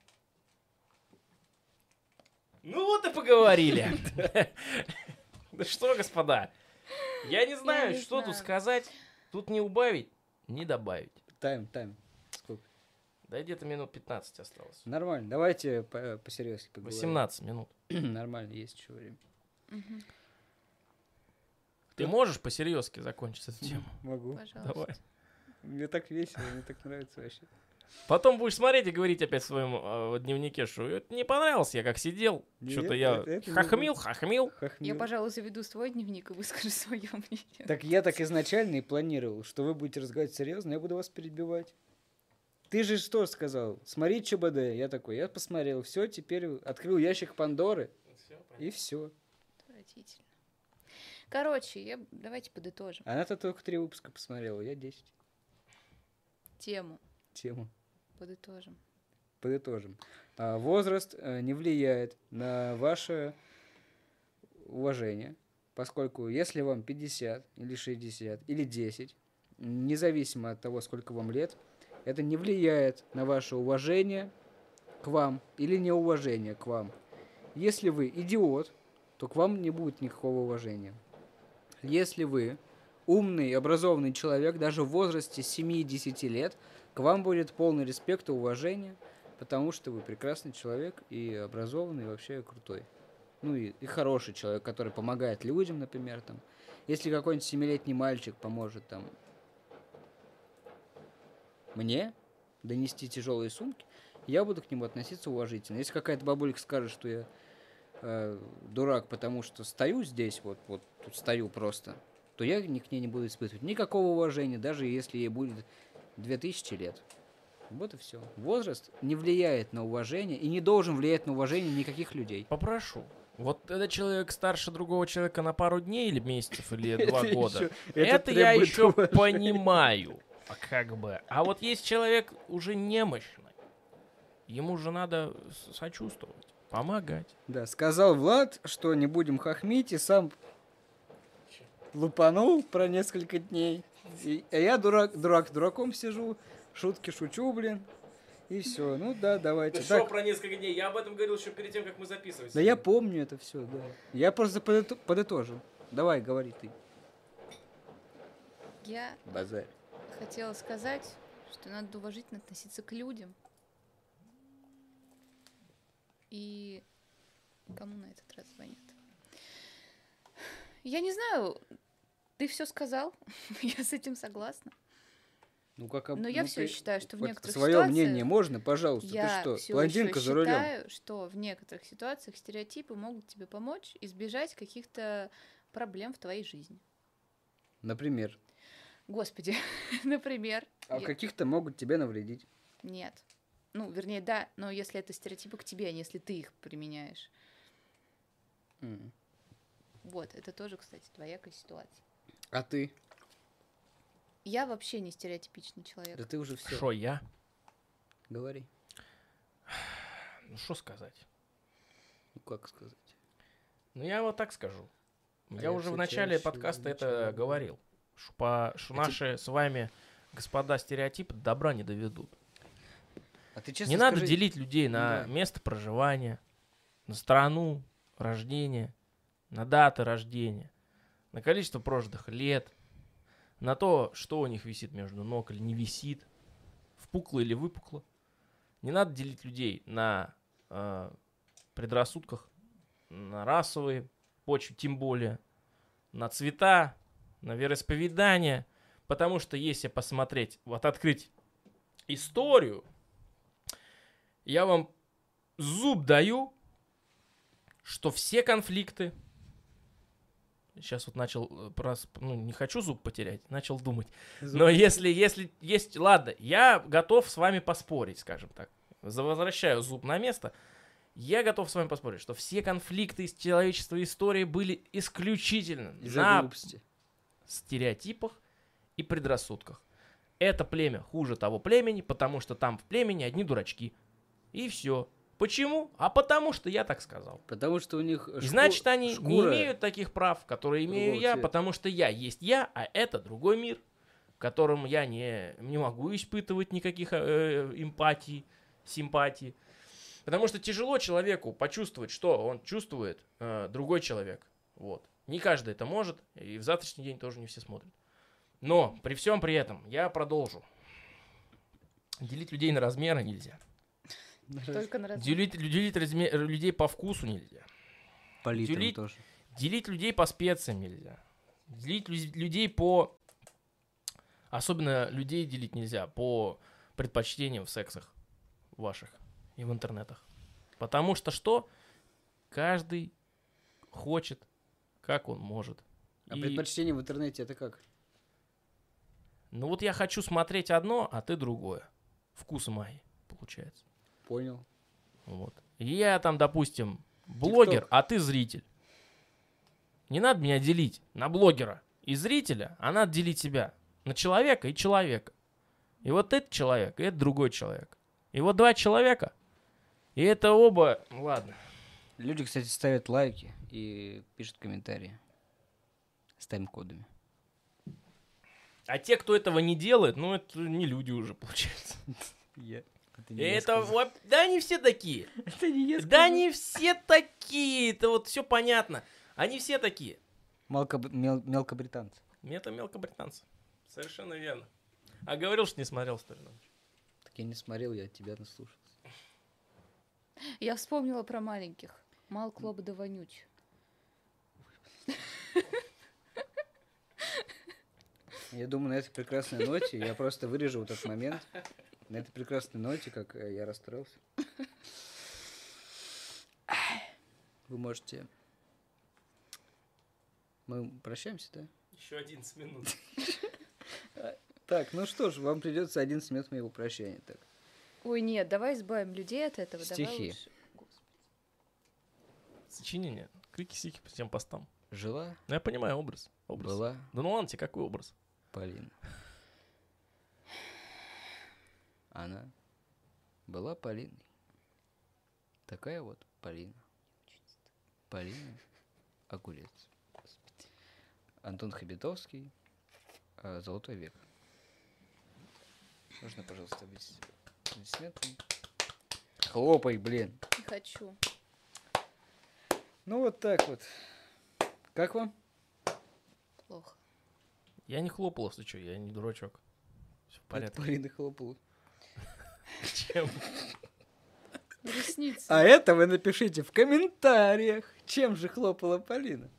Ну вот и поговорили. Да что, господа, я не знаю, не что тут знаю. сказать. Тут не убавить, не добавить. Тайм. Сколько? Да где-то минут 15 осталось. Нормально. Давайте посерьезно поговорим. 18 минут. Нормально, есть еще время. Мгм. Ты можешь посерьезки закончить эту тему? Могу. Пожалуйста. Давай. Мне так весело, мне так нравится вообще. Потом будешь смотреть и говорить опять в своем дневнике, что это не понравилось, я как сидел, Нет, что-то я это не хохмил. Я, Хохмил. пожалуй, заведу свой дневник и выскажу свое мнение. Так я так изначально и планировал, что вы будете разговаривать серьезно, я буду вас перебивать. Ты же что сказал? Смотри ЧБД. Я такой, я посмотрел, все, теперь открыл ящик Пандоры, и все. Отвратительно. Короче, давайте подытожим Она-то только 3 выпуска посмотрела, я 10. тему. Тему. Подытожим. Подытожим. Возраст не влияет на ваше уважение, поскольку если вам 50 или 60 или 10, независимо от того, сколько вам лет, это не влияет на ваше уважение к вам или неуважение к вам. Если вы идиот, то к вам не будет никакого уважения. Если вы умный, образованный человек, даже в возрасте 7-10 лет, к вам будет полный респект и уважение, потому что вы прекрасный человек и образованный, и вообще крутой. Ну и хороший человек, который помогает людям, например, там. Если какой-нибудь 7-летний мальчик поможет там мне донести тяжелые сумки, я буду к нему относиться уважительно. Если какая-то бабулька скажет, что я дурак, потому что стою здесь, вот тут стою просто, то я к ней не буду испытывать никакого уважения, даже если ей будет 2000 лет. Вот и все. Возраст не влияет на уважение и не должен влиять на уважение никаких людей. Попрошу. Вот этот человек старше другого человека на пару дней или месяцев, или 2 года. Это я требует еще уважения. понимаю. Как бы. А вот есть человек уже немощный. Ему же надо сочувствовать, помогать. Да, сказал Влад, что не будем хохмить, и сам лупанул про несколько дней. А я дураком сижу, шутки шучу, блин. И все. Ну да, давайте. Так, про несколько дней? Я об этом говорил еще перед тем, как мы записывались. да я помню это все, да. Я просто подытожил. Давай, говори ты. Я Базарь. хотела сказать, что надо уважительно относиться к людям. И кому на этот раз звонят? Я не знаю, ты все сказал, я с этим согласна. Ну, как Но я все считаю, что в некоторых свое ситуациях... мнение можно, пожалуйста. Я Ты что, всё блондинка ещё за рулем? считаю, что в некоторых ситуациях стереотипы могут тебе помочь избежать каких-то проблем в твоей жизни. Например. Господи, например. А каких-то могут тебе навредить. Нет. Ну, вернее, да, но если это стереотипы к тебе, а не если ты их применяешь. М. Вот, это тоже, кстати, двоякая ситуация. А ты? Я вообще не стереотипичный человек. Да ты уже все. Что я? Говори. Ну, что сказать? Ну, как сказать? Ну, я вот так скажу. А Я уже всё в начале чаще подкаста это замечаю. говорил. Что наши с вами, господа, стереотипы до добра не доведут. А ты честно Не надо скажи, делить людей на Да. место проживания, на страну рождения, на даты рождения, на количество прожитых лет, на то, что у них висит между ног или не висит, впукло или выпукло. Не надо делить людей на предрассудках, на расовые почвы, тем более, на цвета, на вероисповедание, потому что если посмотреть, вот открыть историю, я вам зуб даю, что все конфликты... Сейчас вот начал, не хочу зуб потерять, начал думать. Но если есть... Ладно, я готов с вами поспорить, скажем так. Возвращаю зуб на место. Я готов с вами поспорить, что все конфликты из человечества истории были исключительно из-за на глупости. стереотипах и предрассудках. Это племя хуже того племени, потому что там в племени одни дурачки. И все. Почему? А потому что я так сказал. Потому что у них И значит, они не шкура имеют таких прав, которые имею другого я, цвета. потому что я есть я, а это другой мир. которым я не могу испытывать никаких эмпатий, симпатий. Потому что тяжело человеку почувствовать, что он чувствует другой человек. Вот. Не каждый это может, и в завтрашний день тоже не все смотрят. Но при всем при этом я продолжу. Делить людей на размеры нельзя. Только на размер. Делить людей по вкусу нельзя. По литрам Делить- тоже. Делить людей по специям нельзя. Делить людей по... Особенно людей делить нельзя по предпочтениям в сексах ваших и в интернетах. Потому что что? Каждый хочет, как он может. А И- предпочтение в интернете это как? Ну вот я хочу смотреть одно, а ты другое. Вкусы мои, получается. Понял. Вот. И я там, допустим, блогер, TikTok. а ты зритель. Не надо меня делить на блогера и зрителя, а надо делить себя на человека и человека. И вот этот человек, и это другой человек. И вот два человека, и это оба... Ну, ладно. Люди, кстати, ставят лайки и пишут комментарии с тайм-кодами. А те, кто этого не делает, ну это не люди уже, получается. Это И это... Да они все такие. Это не я Да они все такие. Это вот все понятно. Они все такие. Мелкобританцы. Это мелкобританцы. Совершенно верно. А говорил, что не смотрел «Старину». Так я не смотрел, я от тебя наслушался. Я вспомнила про маленьких. Мал клоп да вонюч. Я думаю, на этой прекрасной ноте я просто вырежу вот этот момент. На этой прекрасной ноте, как я расстроился. Вы можете... Мы прощаемся, да? Еще 11 минут. Так, ну что ж, вам придется 11 минут моего прощания. Так. Ой, нет, давай избавим людей от этого. Давай Стихи. лучше. Господи. Сочинение. Крики-сики по всем постам. Жила, Ну, я понимаю образ. была Да ну ладно тебе, какой образ? Полина. Она была Полиной. Такая вот Полина. Полина Огурец. Антон Хабитовский. Золотой век. Можно, пожалуйста, быть аплодисментами? Хлопай, блин. Не хочу. Ну вот так вот. Как вам? Плохо. Я не хлопал, если что, я не дурачок. Все в порядке. Полина хлопала. Чем? Ресницы. А это вы напишите в комментариях. Чем же хлопала Полина?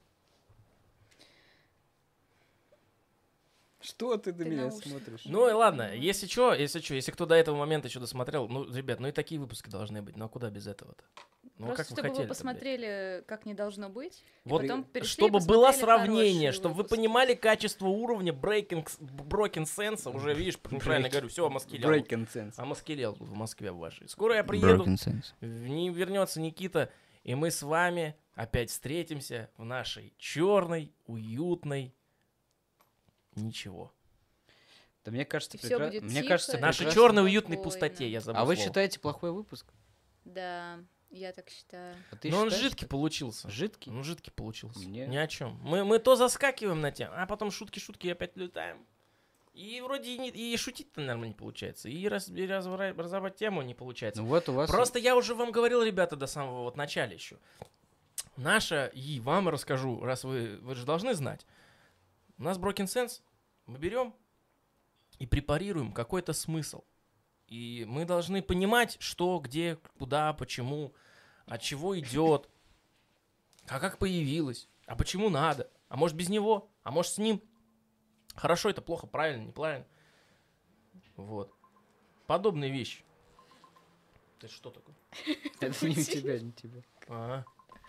Что ты на Ты меня наушники. смотришь? Ну и ладно, если кто до этого момента еще досмотрел, ну, ребят, ну и такие выпуски должны быть, ну а куда без этого-то? Ну, Просто как вы чтобы хотели вы посмотрели, как не должно быть. И Вот потом перешли и чтобы было посмотрели сравнение, хорошие чтобы вы выпуски. понимали качество уровня Broken Sense, уже, видишь, правильно говорю, все, омаскелел. Breaking sense. Омаскелел в Москве в вашей. Скоро я приеду, sense. вернется Никита, и мы с вами опять встретимся в нашей черной, уютной ничего. Да мне кажется, И всё будет мне тихо, кажется, и Нашей прекрасно. черной уютной Спокойно. пустоте, я забыл А вы слово. считаете плохой выпуск? Да, я так считаю. А ты Ну он считаешь, жидкий что- получился. Жидкий? Ну, жидкий получился. Мне- Ни о чем. Мы то заскакиваем на тему, а потом шутки и опять летаем. И вроде и шутить-то, наверное, не получается. И разобрать тему не получается. Ну вот у вас... Просто я уже вам говорил, ребята, до самого вот начала еще. Наша, и вам расскажу, раз вы же должны знать. У нас Broken Sense, мы берем и препарируем какой-то смысл. И мы должны понимать, что, где, куда, почему, от чего идет, а как появилось, а почему надо, а может без него, а может с ним. Хорошо это, плохо, правильно, неправильно. Вот. Подобные вещи. Это что такое? Это не у тебя, не тебя. Ага.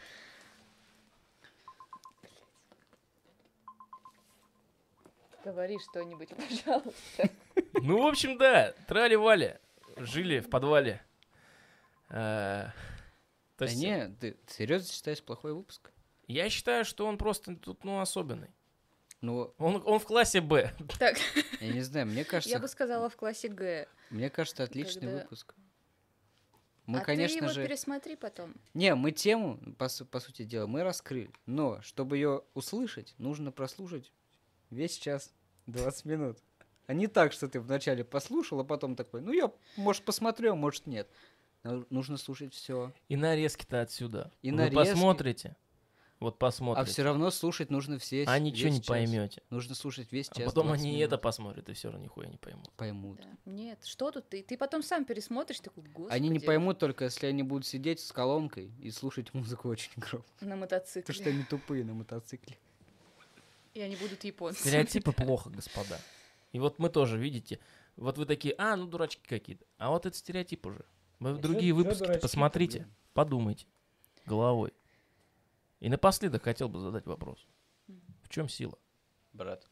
Говори что-нибудь, пожалуйста. Ну, в общем, да, трали-вали. Жили в подвале. То Да есть, не, ты серьезно считаешь плохой выпуск? я считаю, что он просто тут, ну, особенный. Ну, Он в классе Б. Так, я не знаю, мне я кажется, бы сказала в классе Г. мне кажется, отличный когда- выпуск. Мы, А ты конечно его же... пересмотри потом. Не, мы тему, по сути дела, мы раскрыли. Но, чтобы ее услышать, нужно прослушать весь час 20 минут. А не так, что ты вначале послушал, а потом такой, ну я, может, посмотрю, а может, нет. Нужно слушать все. И нарезки-то отсюда. И Вы нарезки. посмотрите. Вот А посмотрите. все равно слушать нужно все. А ничего весь не час. поймете. Нужно слушать весь А час. потом 20 они минут. это посмотрят и все равно нихуя не поймут. Поймут. Да. Нет, что тут ты? Ты потом сам пересмотришь, такой, господи. Они не поймут только, если они будут сидеть с колонкой и слушать музыку очень громко. На мотоцикле. Потому что они тупые на мотоцикле. И они будут японцы. Стереотипы плохо, господа. И вот мы тоже, видите, вот вы такие, ну дурачки какие-то. А вот это стереотип уже. Вы в другие выпуски посмотрите, подумайте головой. И напоследок хотел бы задать вопрос. В чем сила? Брат.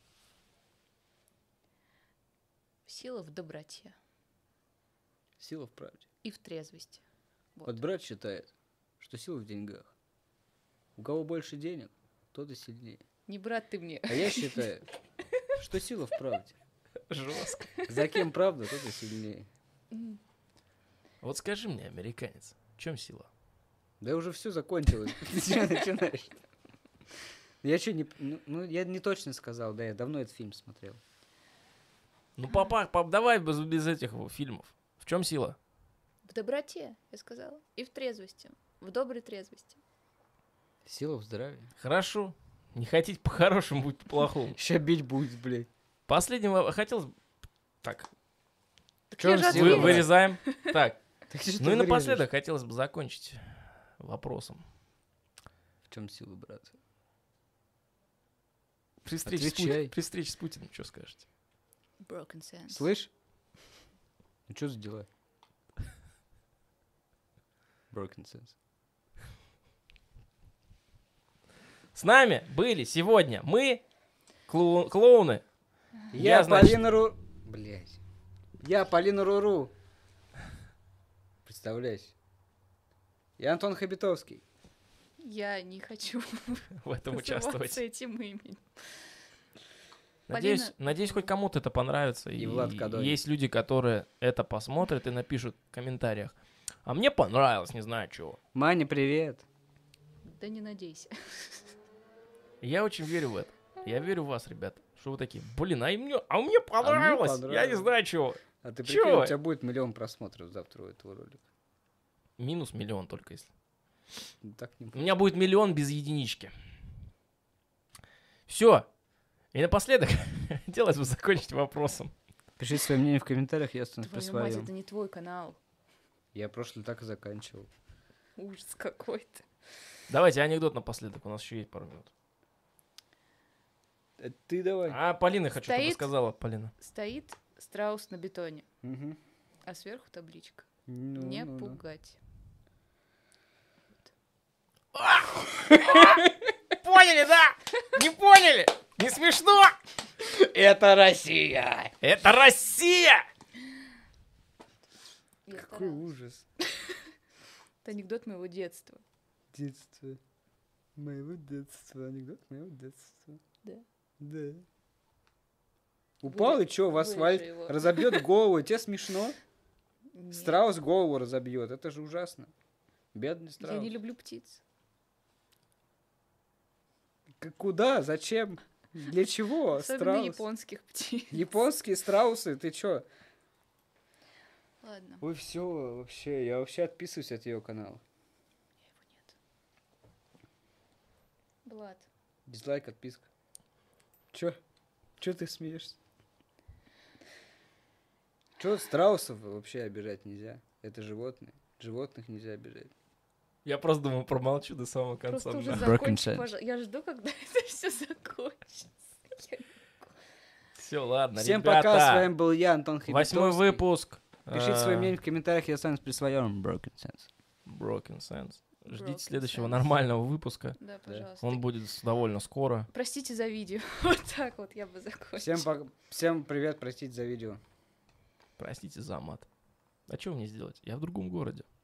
Сила в доброте Сила в правде. и в трезвости. Вот брат считает, что сила в деньгах. У кого больше денег, тот и сильнее. Не брат ты мне. А я считаю, что сила в правде. Жестко. За кем правда, тот и сильнее. Вот скажи мне, американец, в чем сила? Да уже все закончилось. Ты что начинаешь? Я что, не... Ну, я не точно сказал, да, я давно этот фильм смотрел. Ну, папа, давай без этих фильмов. В чем сила? В доброте, я сказала. И в трезвости. В доброй трезвости. Сила в здравии. Хорошо. Не хотите по-хорошему, будет по-плохому. Ща бить будет, блядь. Последнего хотелось... Так, Так Чё я же он сила? ответила. вырезаем. Так, Так что ну и ты вырежешь? напоследок хотелось бы закончить вопросом. В чем сила, брат? При встрече, Отвечай. при встрече с Путиным что скажете? Broken sense. Слышь? Ну что за дела? Broken sense. С нами были сегодня мы, клоуны. Я значит- Полина Ру... Блядь. Я Полина Руру. Представляете? Я Антон Хабитовский. Я не хочу в этом называться участвовать. этим именем. Надеюсь, Полина- надеюсь, хоть кому-то это понравится. И Влад Кадой. Есть люди, которые это посмотрят и напишут в комментариях. А мне понравилось, не знаю чего. Маня, привет. Да не надейся. Я очень верю в это. Я верю в вас, ребята. Что вы такие, блин, а мне понравилось. Я не понравилось. знаю чего. А ты Чё? прикинь, у тебя будет 1 000 000 просмотров завтра у этого ролика. Минус 1 000 000 только если. Ну, так не У меня будет 1 000 000 без единички. Все. И напоследок хотелось бы закончить вопросом. Пишите свое мнение в комментариях, я останусь при Твою мать, своем. это не твой канал. Я прошлый так и заканчивал. Ужас какой-то. Давайте анекдот напоследок. У нас еще есть пару минут. Ты давай. А Полина хочу, чтобы Стоит. сказала, Полина. Стоит страус на бетоне, Мгм. а сверху табличка. Ну, Не ну, ну. пугать. Поняли, да? Не поняли? Не смешно? Это Россия! Это Россия! Я Какой старалась. ужас. Это анекдот моего детства. Детство. Моего детства. Анекдот моего детства. Да. Да. Упал и чё, в вырежи асфальт его. разобьет голову. Тебе смешно? Нет, Страус голову разобьет. Это же ужасно. Бедный я страус. не люблю птиц. Куда? Зачем? Для чего? Особенно Страус. японских птиц. Японские страусы, ты чё? Ладно, Ой, все, вообще, я вообще отписываюсь от ее канала. его нет. Влад, Дизлайк, отписка. Чё? Чё ты смеешься? Чё, страусов вообще обижать нельзя? Это животные. Животных нельзя обижать. Я просто думал, промолчу до самого конца. просто уже Да. закончи, пожалуйста. Я жду, когда это все закончится. Все, ладно, Всем ребята. пока, с вами был я, Антон Хабитовский. 8-й выпуск. Пишите свое мнение в комментариях, я останусь при своем Broken Sense. Broken Sense. Ждите Broken следующего Sense. нормального выпуска. Да, пожалуйста. Он будет довольно скоро. Простите за видео. Вот так вот я бы закончила. Всем привет, простите за видео. Простите за мат. А что мне сделать? Я в другом городе.